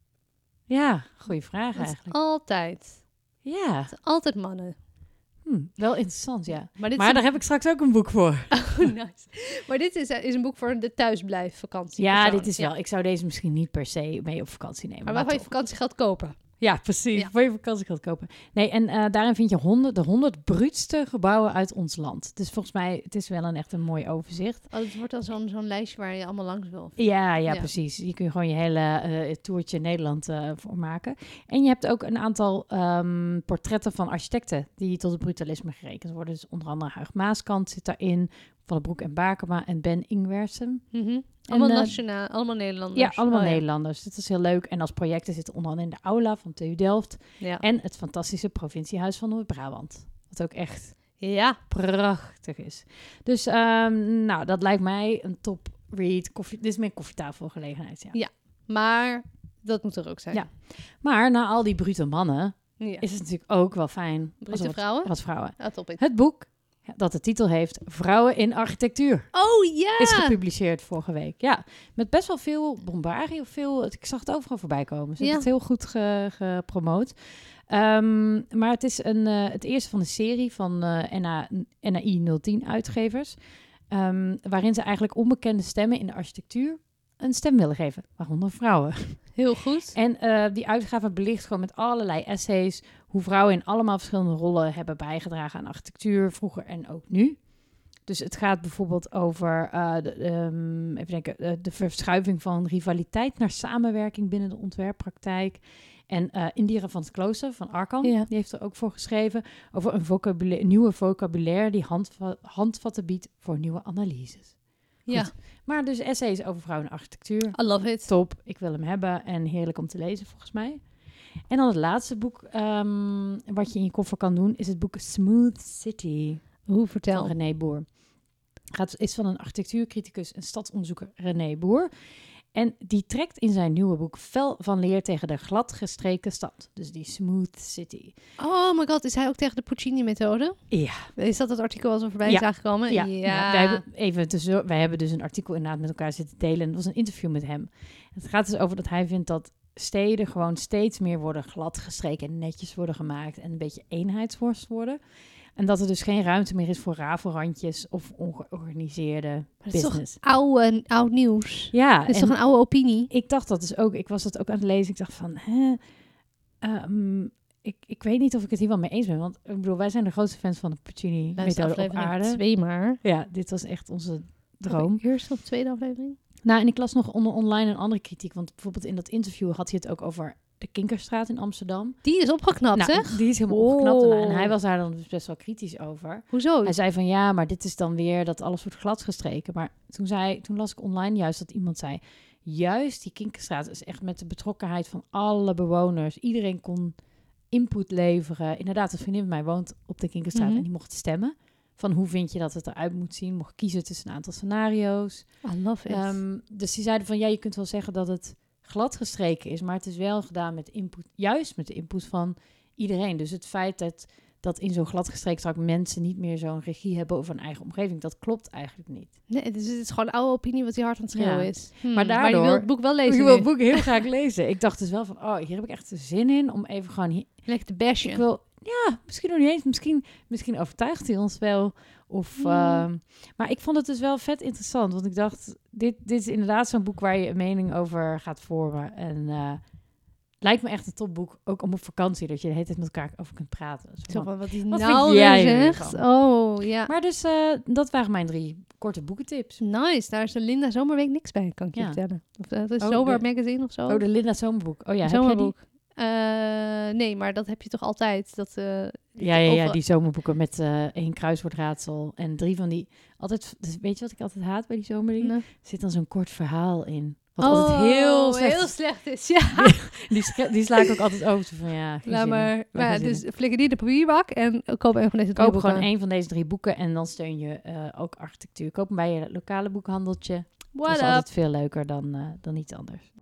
Ja, goede vraag Dat is eigenlijk. altijd. Ja, Het is altijd mannen. hm, wel interessant, ja. Maar, dit Maar is daar heb ik straks ook een boek voor. een... nice. Maar dit is, is een boek voor de thuisblijfvakantie. Ja, persoon. dit is wel. Ik zou deze misschien niet per se mee op vakantie nemen. Maar waarvan je toch. vakantiegeld kopen. Ja, precies. Ja. Voor je vakantie gaat kopen. Nee, en uh, daarin vind je honderd, de honderd bruutste gebouwen uit ons land. Dus volgens mij, het is wel een echt een mooi overzicht. Oh, het wordt dan zo'n zo'n lijstje waar je allemaal langs wil. Ja, ja, Ja. precies. Hier kun je gewoon je hele uh, toertje Nederland uh, voor maken. En je hebt ook een aantal um, portretten van architecten die tot het brutalisme gerekend worden. Dus onder andere Huig Maaskant zit daarin, Van den Broek en Bakema en Ben Ingwersen. Mm-hmm. Allemaal En, uh, nationaal, allemaal Nederlanders. Ja, allemaal Oh, ja. Nederlanders. Dit is heel leuk. En als projecten zitten onder andere in de aula van T U Delft. Ja. En het fantastische provinciehuis van Noord-Brabant. Wat ook echt ja. prachtig is. Dus um, nou, dat lijkt mij een top read. Koffie, dit is meer koffietafelgelegenheid, ja. Ja. Maar dat moet er ook zijn. Ja. Maar na al die brute mannen Ja. is het natuurlijk ook wel fijn. Brute als er wat, vrouwen? wat vrouwen. Ah, top it. Het boek dat de titel heeft Vrouwen in Architectuur. Oh ja! Is gepubliceerd vorige week. Ja, met best wel veel bombardie of veel... Ik zag het overal voorbij komen. Ze ja. hebben het heel goed ge, gepromoot. Um, maar het is een, uh, het eerste van de serie van uh, N A I nul tien uitgevers. Um, waarin ze eigenlijk onbekende stemmen in de architectuur een stem willen geven. Waaronder vrouwen. Heel goed. En uh, die uitgave belicht gewoon met allerlei essays hoe vrouwen in allemaal verschillende rollen hebben bijgedragen aan architectuur, vroeger en ook nu. Dus het gaat bijvoorbeeld over uh, de, um, even denken, uh, de verschuiving van rivaliteit naar samenwerking binnen de ontwerppraktijk. En uh, Indira van het Klooster van Arkan, ja. die heeft er ook voor geschreven over een, vocabula- een nieuwe vocabulaire die handva- handvatten biedt voor nieuwe analyses. Ja. Goed. Maar dus essays over vrouwen en architectuur. I love it. Top, ik wil hem hebben en heerlijk om te lezen volgens mij. En dan het laatste boek um, wat je in je koffer kan doen is het boek Smooth City. Hoe vertel? Van René Boer. Het is van een architectuurcriticus en stadsonderzoeker René Boer. En die trekt in zijn nieuwe boek fel van leer tegen de gladgestreken stad. Dus die Smooth City. Oh my god, is hij ook tegen de Puccini-methode? Ja. Is dat het artikel als we voorbij ja. zijn gekomen? Ja. ja. ja. Wij, hebben even tussen, wij hebben dus een artikel inderdaad met elkaar zitten delen. En het was een interview met hem. Het gaat dus over dat hij vindt dat steden gewoon steeds meer worden gladgestreken en netjes worden gemaakt. En een beetje eenheidsworst worden. En dat er dus geen ruimte meer is voor rafelrandjes of ongeorganiseerde business. Dat is toch oude, oud nieuws? Ja. Dat is toch een oude opinie? Ik dacht dat dus ook. Ik was dat ook aan het lezen. Ik dacht van, hè, um, ik, ik weet niet of ik het hier wel mee eens ben. Want ik bedoel, wij zijn de grootste fans van de Puccini-methode op aarde. Twee maar. Ja, dit was echt onze droom. De eerste of tweede aflevering? Nou, en ik las nog onder online een andere kritiek. Want bijvoorbeeld in dat interview had hij het ook over de Kinkerstraat in Amsterdam. Die is opgeknapt, nou, zeg? Die is helemaal oh. opgeknapt. En, en hij was daar dan dus best wel kritisch over. Hoezo? Hij zei van ja, maar dit is dan weer dat alles wordt gladgestreken. Maar toen, zei, toen las ik online juist dat iemand zei, juist die Kinkerstraat is echt met de betrokkenheid van alle bewoners. Iedereen kon input leveren. Inderdaad, een vriendin van mij woont op de Kinkerstraat mm-hmm. en die mocht stemmen. Van hoe vind je dat het eruit moet zien? Mocht kiezen tussen een aantal scenario's. I love it. Um, dus die zeiden van ja, je kunt wel zeggen dat het gladgestreken is, maar het is wel gedaan met input, juist met de input van iedereen. Dus het feit dat, dat in zo'n gladgestreken strak mensen niet meer zo'n regie hebben over hun eigen omgeving, dat klopt eigenlijk niet. Nee, dus het is gewoon een oude opinie wat die hard aan het schreeuwen ja. is. Hmm, maar daardoor... Maar je wil het boek wel lezen. Ik wil het boek heel graag lezen. Ik dacht dus wel van, oh, hier heb ik echt zin in om even gewoon... Hier... Lekker te bashen. Ik wil, ja, misschien nog niet eens. Misschien, misschien overtuigt hij ons wel. Of, hmm. uh, maar ik vond het dus wel vet interessant. Want ik dacht, dit, dit is inderdaad zo'n boek waar je een mening over gaat vormen. En uh, lijkt me echt een topboek. Ook om op vakantie, dat je de hele tijd met elkaar over kunt praten. Zo, Zo van, wat die wat nou jij zegt. Oh, ja. Maar dus, uh, dat waren mijn drie korte boekentips. Nice. Daar is de Linda Zomerweek niks bij, kan ik je ja. vertellen. Of uh, dat is oh, Zomer de, Magazine of zo. Oh, de Linda Zomerboek. Oh ja, Zomerboek. Heb je die? Uh, nee, maar dat heb je toch altijd? Dat, uh, ja, ja, ja, die zomerboeken met uh, één kruiswoordraadsel en drie van die... Altijd, dus weet je wat ik altijd haat bij die zomerdingen? Nee. Er zit dan zo'n kort verhaal in. Wat oh, altijd heel slecht, heel slecht is, ja. die, die, die sla ik ook altijd over. Van, ja, nou, maar, maar dus flikker die de papierbak en koop een van deze drie koop boeken. gewoon één van deze drie boeken en dan steun je uh, ook architectuur. Koop hem bij je lokale boekhandeltje. What dat is up? altijd veel leuker dan, uh, dan iets anders.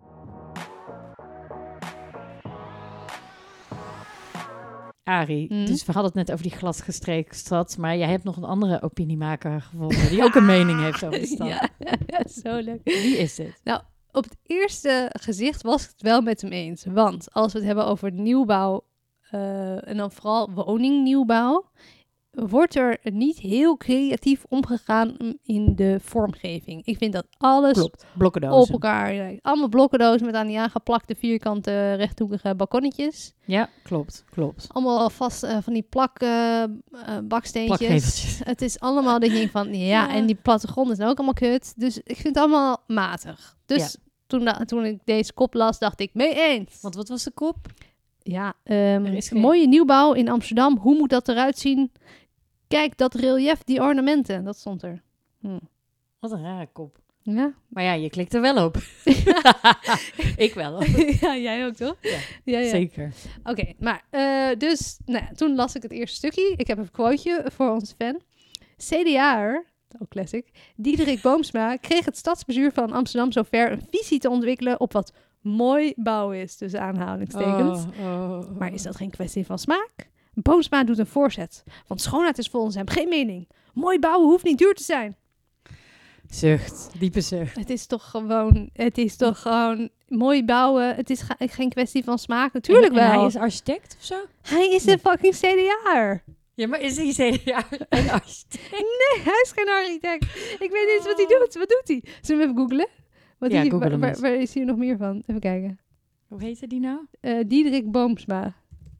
Arie, mm. dus we hadden het net over die gladgestreken stad, maar jij hebt nog een andere opiniemaker gevonden die ook een mening heeft over de stad. Ja, zo leuk. Wie is dit? Nou, op het eerste gezicht was ik het wel met hem eens. Want als we het hebben over nieuwbouw, uh, en dan vooral woningnieuwbouw, wordt er niet heel creatief omgegaan in de vormgeving. Ik vind dat alles Klopt. Blokkendozen. op elkaar lijkt. Allemaal blokkendozen met aan die aangeplakte vierkante rechthoekige balkonnetjes. Ja, klopt, klopt. Allemaal alvast uh, van die plak uh, uh, baksteentjes. Het is allemaal dat je denkt van, ja, ja, en die plattegrond is nou ook allemaal kut. Dus ik vind het allemaal matig. Dus ja. toen, da- toen ik deze kop las, dacht ik, mee eens. Want wat was de kop? Ja, um, er is geen... mooie nieuwbouw in Amsterdam. Hoe moet dat eruit zien? Kijk, dat relief, die ornamenten, dat stond er. Hm. Wat een rare kop. Ja. Maar ja, je klikt er wel op. Ik wel. Hoor. Ja, jij ook toch? Ja, ja, ja. Zeker. Oké, okay, maar uh, dus, nou ja, toen las ik het eerste stukje. Ik heb een quoteje voor onze fan. C D A'er, ook classic, Diederik Boomsma kreeg het stadsbestuur van Amsterdam zover een visie te ontwikkelen op wat mooi bouw is, tussen aanhalingstekens. Oh, oh, oh. Maar is dat geen kwestie van smaak? Boomsma doet een voorzet, want schoonheid is volgens hem geen mening, Mooi bouwen hoeft niet duur te zijn. Zucht, diepe zucht. Het is toch gewoon, het is toch gewoon mooi bouwen. Het is ga- geen kwestie van smaak. Natuurlijk en, en wel. hij is architect of zo? Hij is een fucking C D A'er. Ja, maar is hij ja, een architect? Nee, hij is geen architect. Ik weet niet eens wat hij doet. Wat doet hij? Zullen we even googlen? Wat Ja, is google waar, hem waar, eens. waar is hier nog meer van? Even kijken. Hoe heette die nou? Uh, Diederik Boomsma.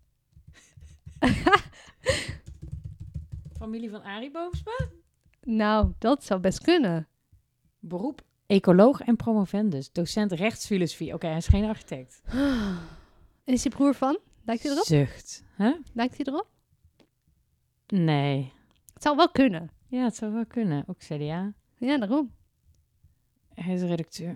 Familie van Arie Boomsma? Nou, dat zou best kunnen. Beroep ecoloog en promovendus. Docent rechtsfilosofie. Oké, okay, hij is geen architect. En is hij broer van? Lijkt hij erop? Zucht. Huh? Lijkt hij erop? Nee. Het zou wel kunnen. Ja, het zou wel kunnen. Ook C D A. Ja, daarom. Hij is redacteur.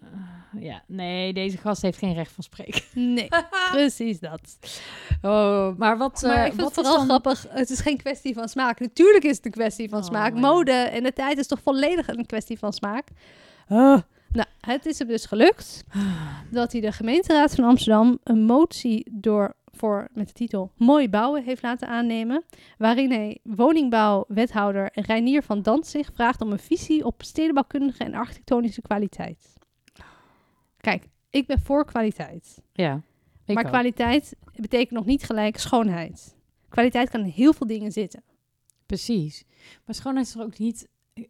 Ja, nee, deze gast heeft geen recht van spreken. Nee, precies dat. Oh, maar wat... Maar uh, ik vind wat het vooral dan... grappig. Het is geen kwestie van smaak. Natuurlijk is het een kwestie van Oh, smaak. ja. Mode en de tijd is toch volledig een kwestie van smaak. Uh. Nou, het is hem dus gelukt dat hij de gemeenteraad van Amsterdam een motie door voor met de titel Mooi bouwen heeft laten aannemen, waarin hij woningbouwwethouder Reinier van Dantzig vraagt om een visie op stedenbouwkundige en architectonische kwaliteit. Kijk, ik ben voor kwaliteit. Ja. Maar ook. kwaliteit betekent nog niet gelijk schoonheid. Kwaliteit kan in heel veel dingen zitten. Precies. Maar schoonheid is er ook niet...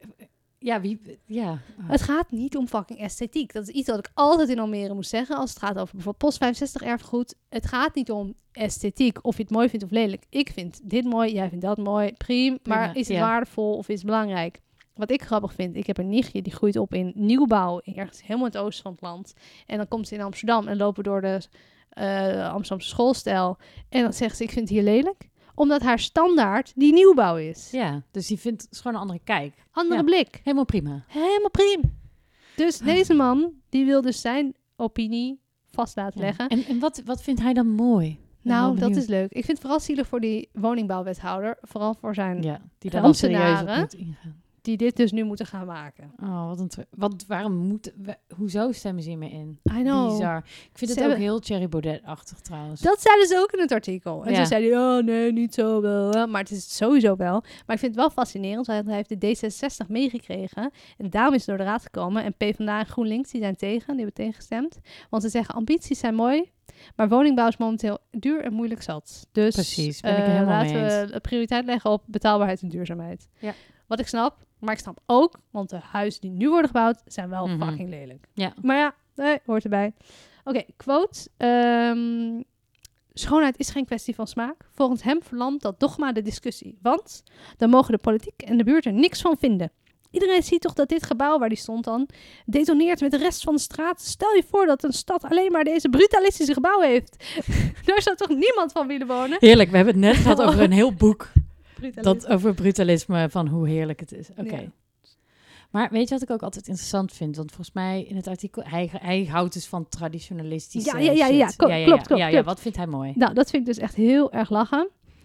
Ja, wie... Ja. Oh. Het gaat niet om fucking esthetiek. Dat is iets wat ik altijd in Almere moet zeggen als het gaat over bijvoorbeeld Post vijfenzestig erfgoed. Het gaat niet om esthetiek, of je het mooi vindt of lelijk. Ik vind dit mooi, jij vindt dat mooi, prima. Maar Prima, is het ja. waardevol of is het belangrijk? Wat ik grappig vind, ik heb een nichtje die groeit op in nieuwbouw, ergens helemaal in het oosten van het land. En dan komt ze in Amsterdam en lopen door de uh, Amsterdamse schoolstijl. En dan zegt ze, ik vind het hier lelijk. Omdat haar standaard die nieuwbouw is. Ja, dus die vindt het is gewoon een andere kijk. Andere Ja. blik. Helemaal prima. Helemaal prima. Dus deze man, die wil dus zijn opinie vast laten Ja. leggen. En, en wat, wat vindt hij dan mooi? Nou, dat is leuk. Ik vind het vooral zielig voor die woningbouwwethouder. Vooral voor zijn Ja, die daar dan serieus op ambtenaren. moet ingaan. Die dit dus nu moeten gaan maken. Oh, wat een... Tr- wat, waarom moet... we- hoezo stemmen ze hiermee in? I know. Bizar. Ik vind Ze het ook hebben- heel Thierry Baudet-achtig trouwens. Dat zeiden ze ook in het artikel. En Ja. toen zei hij, oh nee, niet zo wel. Maar het is het sowieso wel. Maar ik vind het wel fascinerend, want hij heeft de D zesenzestig meegekregen. En daarom is het door de raad gekomen. En PvdA en GroenLinks, die zijn tegen. Die hebben tegengestemd. Want ze zeggen, ambities zijn mooi. Maar woningbouw is momenteel duur en moeilijk zat. Dus Precies, ben ik er eh, helemaal laten mee eens. we prioriteit leggen op betaalbaarheid en duurzaamheid. Ja. Wat ik snap, maar ik snap ook, want de huizen die nu worden gebouwd zijn wel Mhm. fucking lelijk. Ja. Maar ja, nee, hoort erbij. Oké, quote. Ehm, schoonheid is geen kwestie van smaak. Volgens hem verlamt dat dogma de discussie. Want dan mogen de politiek en de buurt er niks van vinden. Iedereen ziet toch dat dit gebouw waar die stond dan detoneert met de rest van de straat. Stel je voor dat een stad alleen maar deze brutalistische gebouwen heeft. Daar zou toch niemand van willen wonen? Heerlijk, we hebben het net gehad over een heel boek. Brutalisme. Dat over brutalisme, van hoe heerlijk het is. Oké. Ja. Maar weet je wat ik ook altijd interessant vind? Want volgens mij in het artikel, hij, hij houdt dus van traditionalistische Ja, ja, ja, ja, shit. klopt, klopt, klopt, Ja, ja, klopt. wat vindt hij mooi? Nou, dat vind ik dus echt heel erg lachen.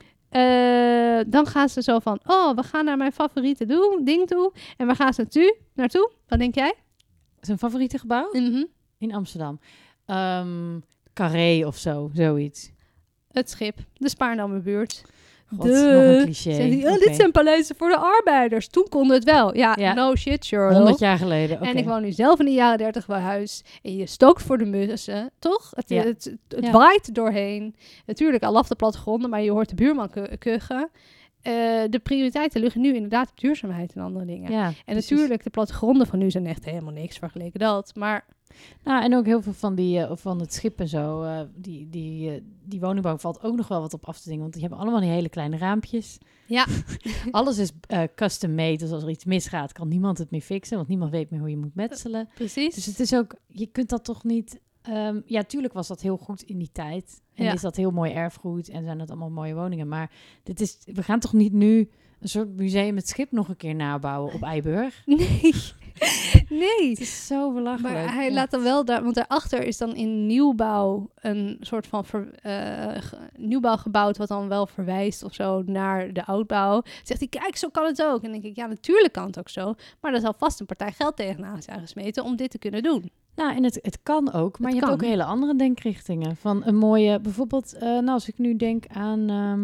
Uh, dan gaan ze zo van, oh, we gaan naar mijn favoriete doel, ding toe. En waar gaan ze naartoe? naartoe? Wat denk jij? Zijn favoriete gebouw? Mm-hmm. In Amsterdam. Um, Carré of zo, zoiets. Het schip, de Spaarnammerbuurt. God, de... nog een cliché. Zeg die, oh, Okay. dit zijn paleizen voor de arbeiders. Toen kon het wel. Ja, Ja. no shit, Sherlock. honderd jaar geleden. Okay. En ik woon nu zelf in de jaren dertig bij huis. En je stookt voor de mussen, toch? Het, Ja. het, het, het Ja. waait er doorheen. Natuurlijk, al af de plattegronden, maar je hoort de buurman ku- kuchen. Uh, de prioriteiten liggen nu inderdaad op duurzaamheid en andere dingen. Ja, en precies. natuurlijk, de plattegronden van nu zijn echt helemaal niks vergeleken dat. Maar Nou, en ook heel veel van, die, uh, van het schip en zo. Uh, die, die, uh, die woningbouw valt ook nog wel wat op af te dingen. Want die hebben allemaal die hele kleine raampjes. ja, Alles is uh, custom made. Dus als er iets misgaat, kan niemand het meer fixen. Want niemand weet meer hoe je moet metselen. precies. Dus het is ook, je kunt dat toch niet... Um, ja, tuurlijk was dat heel goed in die tijd. En Ja. is dat heel mooi erfgoed. En zijn dat allemaal mooie woningen. Maar dit is, we gaan toch niet nu een soort museum met schip nog een keer nabouwen op Eiburg? Nee. Nee. Het is zo belachelijk. Maar hij echt. laat dan wel daar, want daarachter is dan in nieuwbouw een soort van ver, uh, ge, nieuwbouw gebouwd, wat dan wel verwijst of zo naar de oudbouw. Zegt hij, kijk, zo kan het ook. En dan denk ik, ja, natuurlijk kan het ook zo. Maar er zal vast een partij geld tegenaan zijn gesmeten om dit te kunnen doen. Nou, en het, het kan ook, maar Het je kan. hebt ook hele andere denkrichtingen. Van een mooie, bijvoorbeeld, uh, nou, als ik nu denk aan, um,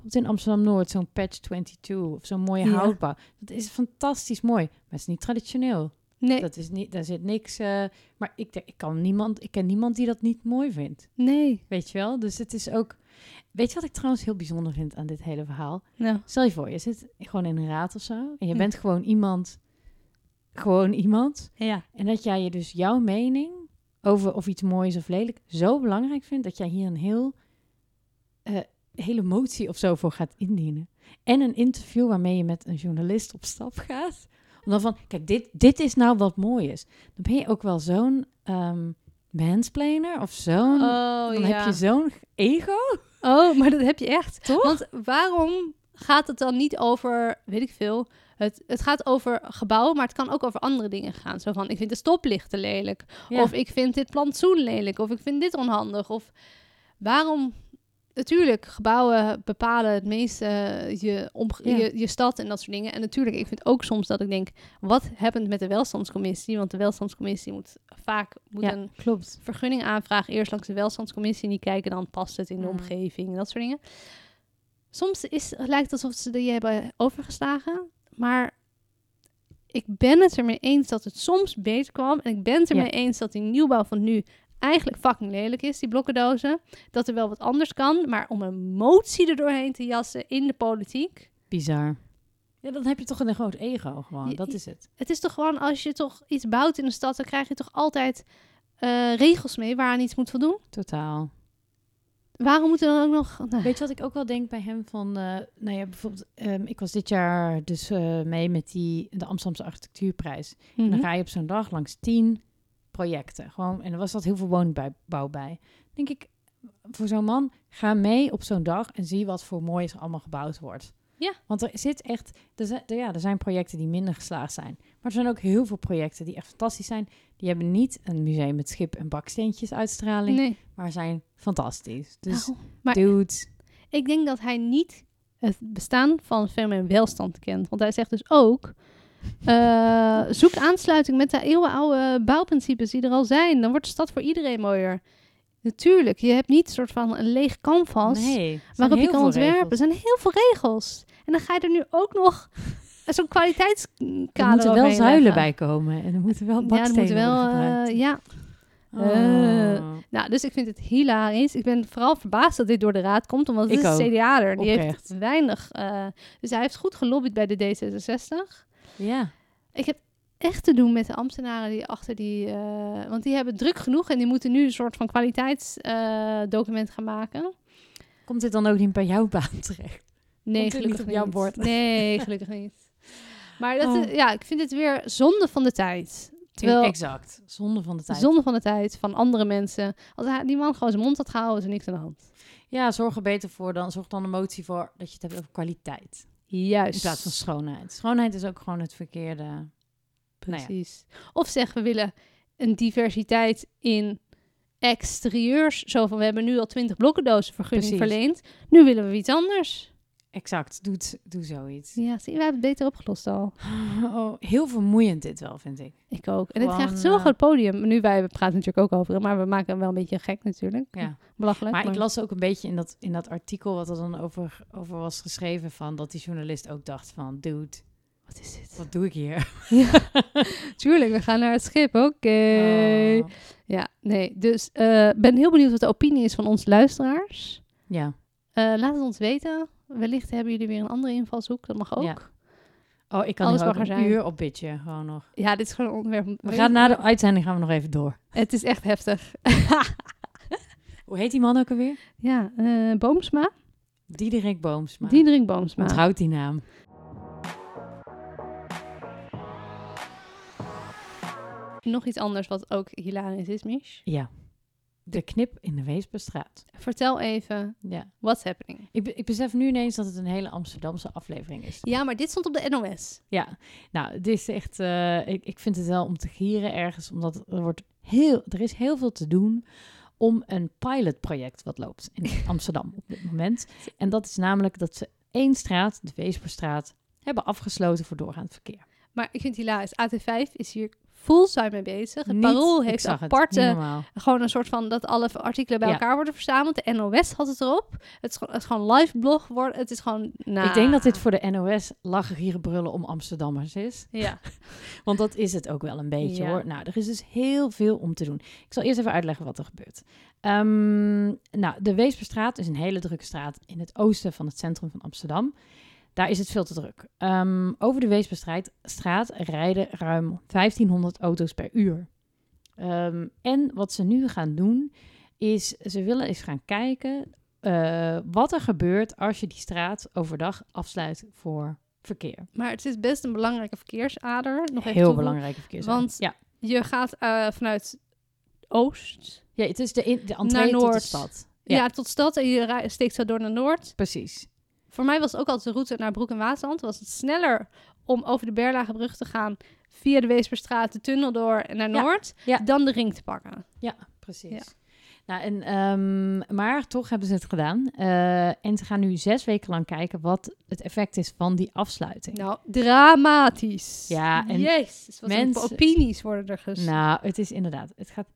bijvoorbeeld in Amsterdam-Noord, zo'n Patch tweeëntwintig of zo'n mooie Ja. houtbouw. Dat is fantastisch mooi, maar het is niet traditioneel. Nee, Dat is niet, daar zit niks... Uh, maar ik, ik, kan niemand, ik ken niemand die dat niet mooi vindt. nee. Weet je wel? Dus het is ook... Weet je wat ik trouwens heel bijzonder vind aan dit hele verhaal? Nou, Stel je voor, je zit gewoon in een raad of zo. En je Ja. bent gewoon iemand... Gewoon iemand. ja. En dat jij je dus jouw mening over of iets mooi is of lelijk zo belangrijk vindt... dat jij hier een heel... Uh, hele motie of zo voor gaat indienen. En een interview waarmee je met een journalist op stap gaat... Om dan van, kijk, dit, dit is nou wat mooi is. Dan ben je ook wel zo'n um, mansplainer of zo'n... Oh, dan ja. heb je zo'n ego. Oh, maar dat heb je echt. Toch? Want waarom gaat het dan niet over, weet ik veel... Het, het gaat over gebouwen, maar het kan ook over andere dingen gaan. Zo van, ik vind de stoplichten lelijk. Ja. Of ik vind dit plantsoen lelijk. Of ik vind dit onhandig. Of waarom... Natuurlijk, gebouwen bepalen het meeste je, omge- Ja. je, je stad en dat soort dingen. En natuurlijk, ik vind ook soms dat ik denk... wat hebben met de welstandscommissie? Want de welstandscommissie moet vaak moet Ja, een klopt. vergunning aanvragen... eerst langs de welstandscommissie en die kijken... dan past het in de Mm. omgeving en dat soort dingen. Soms is, lijkt het alsof ze die hebben overgeslagen. Maar ik ben het ermee eens dat het soms beter kwam. En ik ben het ermee Ja. eens dat die nieuwbouw van nu... eigenlijk fucking lelijk is, die blokkendozen. Dat er wel wat anders kan. Maar om een motie er doorheen te jassen in de politiek... Bizar. Ja, dan heb je toch een groot ego gewoon. Je- Dat is het. Het is toch gewoon, als je toch iets bouwt in de stad... dan krijg je toch altijd uh, regels mee waaraan iets moet voldoen. Totaal. Waarom moeten we dan ook nog... Nou, Weet je wat ik ook wel denk bij hem van... Uh, nou ja, bijvoorbeeld... Um, ik was dit jaar dus uh, mee met die, de Amsterdamse Architectuurprijs. mm-hmm. En dan ga je op zo'n dag langs tien projecten. Gewoon, en er was dat heel veel woningbouw bij. Denk ik, voor zo'n man, ga mee op zo'n dag en zie wat voor moois er allemaal gebouwd wordt. Ja. Want er zit echt, er zijn, er, ja, er zijn projecten die minder geslaagd zijn. Maar er zijn ook heel veel projecten die echt fantastisch zijn. Die hebben niet een museum met schip en baksteentjes uitstraling, Nee. maar zijn fantastisch. Dus Nou, maar dude. ik denk dat hij niet het bestaan van het fenomeen welstand kent. Want hij zegt dus ook... Uh, zoek aansluiting met de eeuwenoude bouwprincipes die er al zijn. Dan wordt de stad voor iedereen mooier. Natuurlijk, je hebt niet een soort van een leeg canvas Nee, waarop je kan ontwerpen. Regels. Er zijn heel veel regels. En dan ga je er nu ook nog zo'n kwaliteitskader Er moeten wel overheen zuilen leggen. bij komen. En er moeten wel Ja, er bakstenen moeten wel... worden gebruikt. Uh, ja. Oh. Uh, nou, dus ik vind het hilarisch. Ik ben vooral verbaasd dat dit door de raad komt, omdat het Ik is ook. een C D A'er. Die Oprecht. heeft weinig... Uh, dus hij heeft goed gelobbyd bij de D zesenzestig. Ja. Ik heb echt te doen met de ambtenaren die achter die... Uh, want die hebben druk genoeg en die moeten nu een soort van kwaliteitsdocument uh, gaan maken. Komt dit dan ook niet bij jouw baan terecht? Nee, Komt dit gelukkig niet op jouw niet. bord? Nee, gelukkig niet. Maar dat Oh. is, ja, ik vind het weer zonde van de tijd. Terwijl, Exact. Zonde van de tijd. zonde van de tijd van andere mensen. Als hij, die man gewoon zijn mond had gehouden, is er niks aan de hand. Ja, zorg er beter voor. Dan zorg dan een motie voor dat je het hebt over kwaliteit. Juist. In plaats van schoonheid. Schoonheid is ook gewoon het verkeerde. Precies. Nou ja. Of zeg, we willen een diversiteit in exterieurs. Zo van, we hebben nu al twintig blokkendozen vergunning Precies. verleend. Nu willen we iets anders. Exact. Doe, het, doe zoiets. Ja, zie, we hebben het beter opgelost al. Oh, heel vermoeiend dit wel, vind ik. Ik ook. En Gewoon, het krijgt zo'n uh, groot podium. Nu, wij praten natuurlijk ook over hem, maar we maken hem wel een beetje gek natuurlijk. Ja. Belachelijk. Maar ik las ook een beetje in dat, in dat artikel wat er dan over, over was geschreven van dat die journalist ook dacht van, dude, Wat is dit? wat doe ik hier? Ja, tuurlijk, we gaan naar het schip. Oké. Okay. Oh. Ja, nee. Dus ik uh, ben heel benieuwd wat de opinie is van onze luisteraars. Ja. Uh, laat het ons weten. Wellicht hebben jullie weer een andere invalshoek. Dat mag ook. Ja. Oh, ik kan Alles er ook mag er een zijn. uur op bitchen, gewoon nog. Ja, dit is gewoon een onderwerp. We gaan na de uitzending gaan we nog even door. Het is echt heftig. Hoe heet die man ook alweer? Ja, uh, Boomsma. Diederik Boomsma. Diederik Boomsma. Onthoud die naam. Nog iets anders wat ook hilarisch is, Mich. Ja. De knip in de Weesperstraat. Vertel even, ja. what's happening? Ik, ik besef nu ineens dat het een hele Amsterdamse aflevering is. Ja, maar dit stond op de N O S. Ja, nou, dit is echt... Uh, ik, ik vind het wel om te gieren ergens, omdat er, wordt heel, er is heel veel te doen om een pilotproject wat loopt in Amsterdam op dit moment. En dat is namelijk dat ze één straat, de Weesperstraat, hebben afgesloten voor doorgaand verkeer. Maar ik vind het hilarisch. A T vijf is hier fulltime mee bezig. Het Niet, Parool ik heeft zag het, aparte, niet normaal. gewoon een soort van dat alle artikelen bij Ja. elkaar worden verzameld. De N O S had het erop. Het is, gewoon- het is gewoon live blog worden. Het is gewoon, nou... Ik denk dat dit voor de N O S lachen, gieren, brullen om Amsterdammers is. Ja. Want dat is het ook wel een beetje Ja. hoor. Nou, er is dus heel veel om te doen. Ik zal eerst even uitleggen wat er gebeurt. Um, nou, de Weesperstraat is een hele drukke straat in het oosten van het centrum van Amsterdam. Daar is het veel te druk. Um, over de Weesperstraat straat rijden ruim vijftienhonderd auto's per uur. Um, en wat ze nu gaan doen, is ze willen eens gaan kijken uh, wat er gebeurt als je die straat overdag afsluit voor verkeer. Maar het is best een belangrijke verkeersader. Nog even Heel toevoegen. belangrijke verkeersader. Want ja. je gaat uh, vanuit Oost... Ja, het is de, in, de entree tot de stad. Ja. Ja, ja, tot stad en je rij- steekt zo door naar Noord. precies. Voor mij was het ook altijd de route naar Broek en Waasland. Was het sneller om over de Berlagebrug te gaan via de Weesperstraat, de tunnel door en naar Ja. Noord, Ja. dan de ring te pakken. Ja, precies. Ja. Nou, en, um, maar toch hebben ze het gedaan. Uh, en ze gaan nu zes weken lang kijken wat het effect is van die afsluiting. Nou, dramatisch. Ja, en Jezus, wat mensen- voor opinies worden er ges... Nou, het is inderdaad, het gaat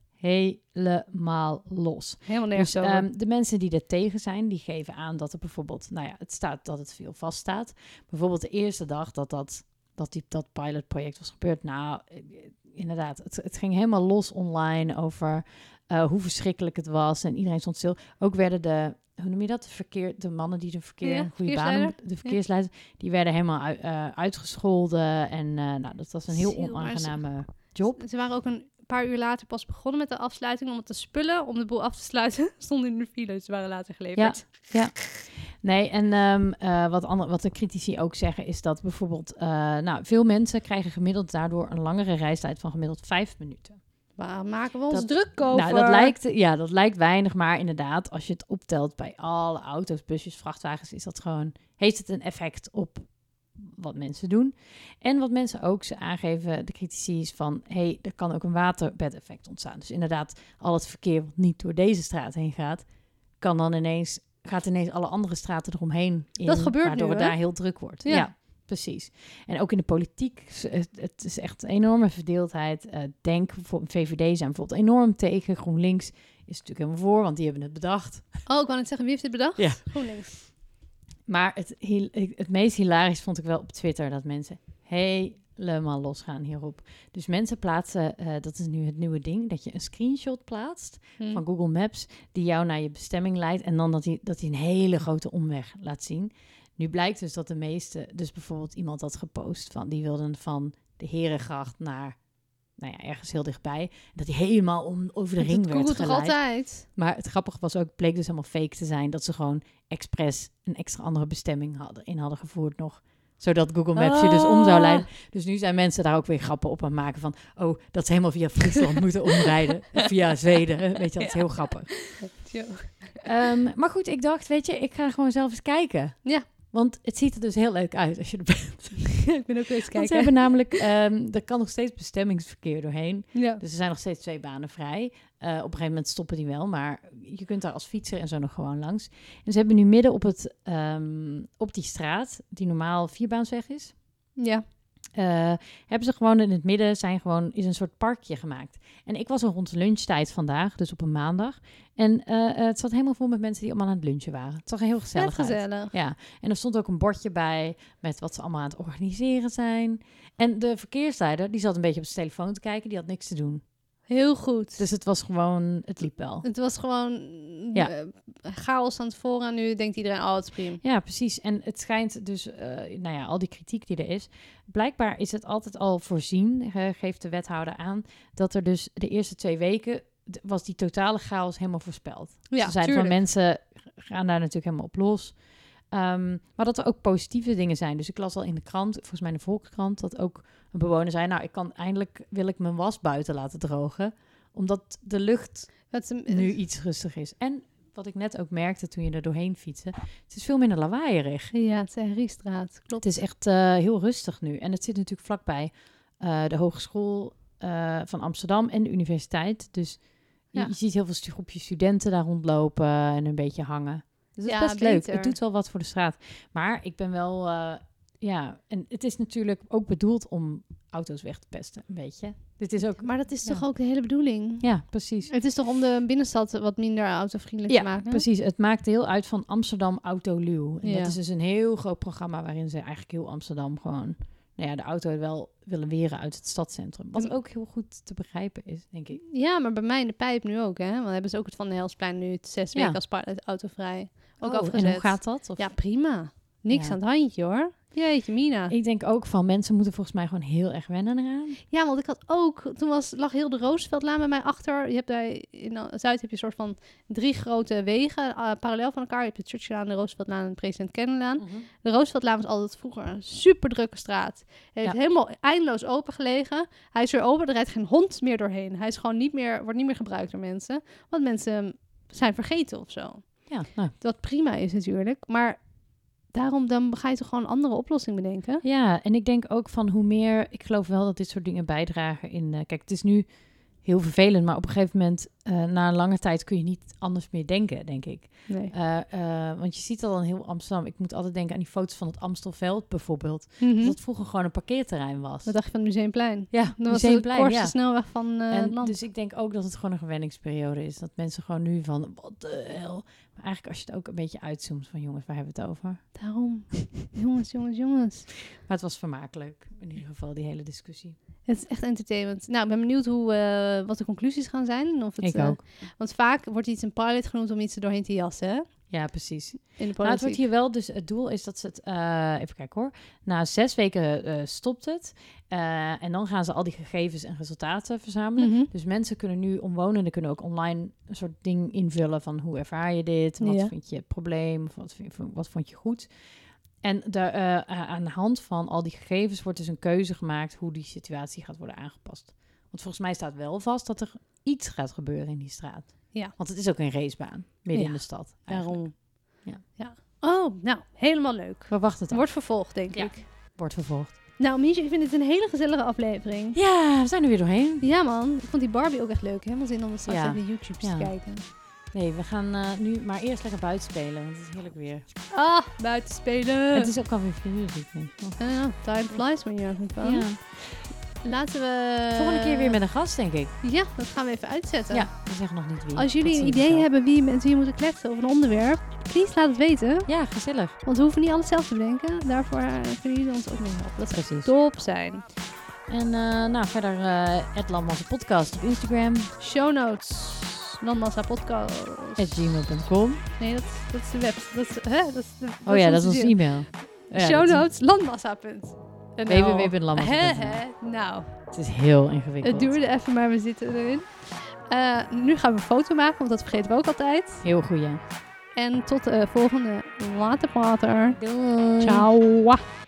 helemaal los. Helemaal nergens Dus over. um, de mensen die er tegen zijn, die geven aan dat er bijvoorbeeld, nou ja, het staat dat het veel vaststaat. Bijvoorbeeld de eerste dag dat dat, dat, die, dat pilotproject was gebeurd. Nou, eh, inderdaad, het, het ging helemaal los online over uh, hoe verschrikkelijk het was. En iedereen stond stil. Ook werden de, hoe noem je dat? De, verkeer, de mannen die de verkeer, Ja, goede verkeersleider. banen, de verkeersleiders, die werden helemaal uit, uh, uitgescholden. En uh, nou, dat was een heel Ziel, maar onaangename job. Ze waren ook een paar uur later pas begonnen met de afsluiting. Omdat de spullen om de boel af te sluiten stonden in de file. Dus ze waren later geleverd. Ja. Nee, en um, uh, wat, andere, wat de critici ook zeggen is dat bijvoorbeeld... Uh, nou, veel mensen krijgen gemiddeld daardoor een langere reistijd van gemiddeld vijf minuten. Waar maken we ons Dat- druk over? Nou, dat lijkt, ja, dat lijkt weinig, maar inderdaad, als je het optelt bij alle auto's, busjes, vrachtwagens, is dat gewoon, heeft het een effect op wat mensen doen. En wat mensen ook ze aangeven, de critici, is van, hé, hey, er kan ook een waterbedeffect ontstaan. Dus inderdaad, al het verkeer wat niet door deze straat heen gaat, kan dan ineens, gaat ineens alle andere straten eromheen in, Dat gebeurt waardoor nu, het hè? daar heel druk wordt. Ja. Ja. Precies. En ook in de politiek, het, het is echt een enorme verdeeldheid. Uh, Denk, bijvoorbeeld V V D zijn bijvoorbeeld enorm tegen. GroenLinks is natuurlijk helemaal voor, want die hebben het bedacht. Oh, ik wou net zeggen, wie heeft dit bedacht? Ja. GroenLinks. Maar het, hil- het meest hilarisch vond ik wel op Twitter, dat mensen helemaal losgaan hierop. Dus mensen plaatsen, uh, dat is nu het nieuwe ding, dat je een screenshot plaatst Hm. van Google Maps, die jou naar je bestemming leidt, en dan dat hij dat hij een hele grote omweg laat zien. Nu blijkt dus dat de meeste, dus bijvoorbeeld iemand had gepost van, die wilde van de Herengracht naar, nou ja, ergens heel dichtbij, dat hij helemaal om, over de Dat ring doet werd toch geleid. altijd? Maar het grappige was ook, bleek dus helemaal fake te zijn, dat ze gewoon expres een extra andere bestemming hadden, in hadden gevoerd nog, zodat Google Maps je dus om zou leiden. Dus nu zijn mensen daar ook weer grappen op aan het maken van, oh, dat ze helemaal via Friesland moeten omrijden, via Zweden, weet je, dat is Ja. heel grappig. Ja. Um, maar goed, ik dacht, weet je, ik ga gewoon zelf eens kijken. Ja. Want het ziet er dus heel leuk uit als je er bent. Ik ben ook eens Want kijken. ze hebben namelijk, um, er kan nog steeds bestemmingsverkeer doorheen. Ja. Dus er zijn nog steeds twee banen vrij. Uh, op een gegeven moment stoppen die wel, maar je kunt daar als fietser en zo nog gewoon langs. En ze hebben nu midden op, het, um, op die straat, die normaal vierbaansweg is, Ja. Uh, hebben ze gewoon in het midden, zijn gewoon, is een soort parkje gemaakt. En ik was er rond lunchtijd vandaag, dus op een maandag. En uh, het zat helemaal vol met mensen die allemaal aan het lunchen waren. Het zag er heel gezellig Vet uit. gezellig. Ja, en er stond ook een bordje bij met wat ze allemaal aan het organiseren zijn. En de verkeersleider, die zat een beetje op zijn telefoon te kijken, die had niks te doen. Heel goed. Dus het was gewoon, het liep wel. Het was gewoon Ja. uh, chaos aan het voren en nu denkt iedereen, oh, het is prima. Ja, precies. En het schijnt dus, uh, nou ja, al die kritiek die er is. Blijkbaar is het altijd al voorzien, uh, geeft de wethouder aan, dat er dus de eerste twee weken d- was die totale chaos helemaal voorspeld. Ja, Ze zeiden van tuurlijk. mensen gaan daar natuurlijk helemaal op los. Um, maar dat er ook positieve dingen zijn. Dus ik las al in de krant, volgens mij in de Volkskrant, dat ook een bewoner zei, nou, ik kan eindelijk, wil ik mijn was buiten laten drogen, omdat de lucht Wat ze- nu iets rustig is. En wat ik net ook merkte toen je er doorheen fietste, het is veel minder lawaaierig. Ja, het is een Riestraat. Klopt. Het is echt uh, heel rustig nu. En het zit natuurlijk vlakbij uh, de Hogeschool uh, van Amsterdam en de universiteit. Dus je, Ja. je ziet heel veel stu- groepjes studenten daar rondlopen en een beetje hangen. Dus het is Ja, best leuk. beter. Het doet wel wat voor de straat. Maar ik ben wel... Uh, ja, en het is natuurlijk ook bedoeld om auto's weg te pesten, een beetje. Dit is ook... Maar dat is ja. toch ook de hele bedoeling? Ja, precies. Het is toch om de binnenstad wat minder autovriendelijk Ja, te maken? precies. Het maakt deel uit van Amsterdam Autoluw. En Ja. dat is dus een heel groot programma waarin ze eigenlijk heel Amsterdam gewoon... Nou ja, de auto wel willen weren uit het stadscentrum. Wat ook heel goed te begrijpen is, denk ik. Ja, maar bij mij in de Pijp nu ook, hè? Want dan hebben ze ook het Van de Helsplein nu het zes Ja. weken als pilot autovrij. Ook Oh, afgezet. en hoe gaat dat? Of... Ja, prima. Niks Ja. aan het handje, hoor. Jeetje, Mina. Ik denk ook van mensen moeten volgens mij gewoon heel erg wennen eraan. Ja, want ik had ook... Toen was, lag heel de Rooseveltlaan bij mij achter. Je hebt daar in Zuid heb je een soort van drie grote wegen, uh, parallel van elkaar. Je hebt de Churchilllaan, de Rooseveltlaan en de President Kennedy-laan. Mm-hmm. De Rooseveltlaan was altijd vroeger een super drukke straat. Hij heeft Ja. helemaal eindeloos open gelegen. Hij is weer open, er rijdt geen hond meer doorheen. Hij is gewoon niet meer, wordt niet meer gebruikt door mensen. Want mensen zijn vergeten of zo. Ja, nou. Wat prima is natuurlijk. Maar daarom dan ga je toch gewoon een andere oplossing bedenken? Ja, en ik denk ook van hoe meer... Ik geloof wel dat dit soort dingen bijdragen in... Uh, kijk, het is nu heel vervelend, maar op een gegeven moment... Uh, na een lange tijd kun je niet anders meer denken, denk ik. Nee. Uh, uh, want je ziet al in heel Amsterdam... Ik moet altijd denken aan die foto's van het Amstelveld bijvoorbeeld. Mm-hmm. Dat het vroeger gewoon een parkeerterrein was. Wat dacht je van het Museumplein? Ja, Dat was Museumplein, de kortste ja. snelweg van uh, en het land. Dus ik denk ook dat het gewoon een gewenningsperiode is. Dat mensen gewoon nu van, wat de hel. Maar eigenlijk als je het ook een beetje uitzoomt van jongens, waar hebben we het over? Daarom. jongens, jongens, jongens. Maar het was vermakelijk, in ieder geval, die hele discussie. Het is echt entertainment. Nou, ik ben benieuwd hoe, uh, wat de conclusies gaan zijn. Of het, ik uh, ook. Want vaak wordt iets een pilot genoemd om iets er doorheen te jassen, hè? Ja, precies. In de politiek. Nou, het wordt hier wel, dus het doel is dat ze het, uh, even kijken hoor, na zes weken uh, stopt het. Uh, en dan gaan ze al die gegevens en resultaten verzamelen. Mm-hmm. Dus mensen kunnen nu, omwonenden kunnen ook online een soort ding invullen van hoe ervaar je dit? Wat Ja. vind je het probleem? Of wat, vind, wat vond je goed? En de, uh, aan de hand van al die gegevens wordt dus een keuze gemaakt hoe die situatie gaat worden aangepast. Want volgens mij staat wel vast dat er iets gaat gebeuren in die straat. Ja. Want het is ook een racebaan midden Ja, in de stad. Daarom. Ja. ja. Oh, nou, helemaal leuk. Verwacht het af. Wordt vervolgd, denk Ja. ik. Wordt vervolgd. Nou, Miesje, ik vind het een hele gezellige aflevering. Ja, we zijn er weer doorheen. Ja, man. Ik vond die Barbie ook echt leuk, hè? Om zin om straks Ja. even de YouTubes Ja. te kijken. Nee, we gaan uh, nu maar eerst lekker buiten spelen, want het is heerlijk weer. Ah, buiten spelen. En het is ook alweer vier uur, zie ik. Oh. Uh, time flies when you're having fun. Ja. Laten we... Volgende keer weer met een gast, denk ik. Ja, dat gaan we even uitzetten. Ja, we zeggen nog niet wie. Als jullie Dat een zien we idee zo. hebben wie met wie je moet kletsen over een onderwerp, please laat het weten. Ja, gezellig. Want we hoeven niet alles zelf te bedenken. Daarvoor uh, kunnen jullie ons ook mee helpen. Dat zou Precies. top zijn. En uh, nou, verder uh, at Landmassa Podcast op Instagram. Show notes. Landmassa podcast. at gmail punt com. Nee, dat, dat is de web. Dat is, hè? Dat is de, dat Oh ja, dat is onze ons e-mail. Ja, Show dat is- notes, landmassa punt n l. w w w punt landmassa punt n l. Hè, hè. Nou, Het is heel ingewikkeld. het duurde even, maar we zitten erin. Uh, nu gaan we een foto maken, want dat vergeten we ook altijd. Heel goed, ja. En tot de volgende. Later, pater. Doei. Ciao.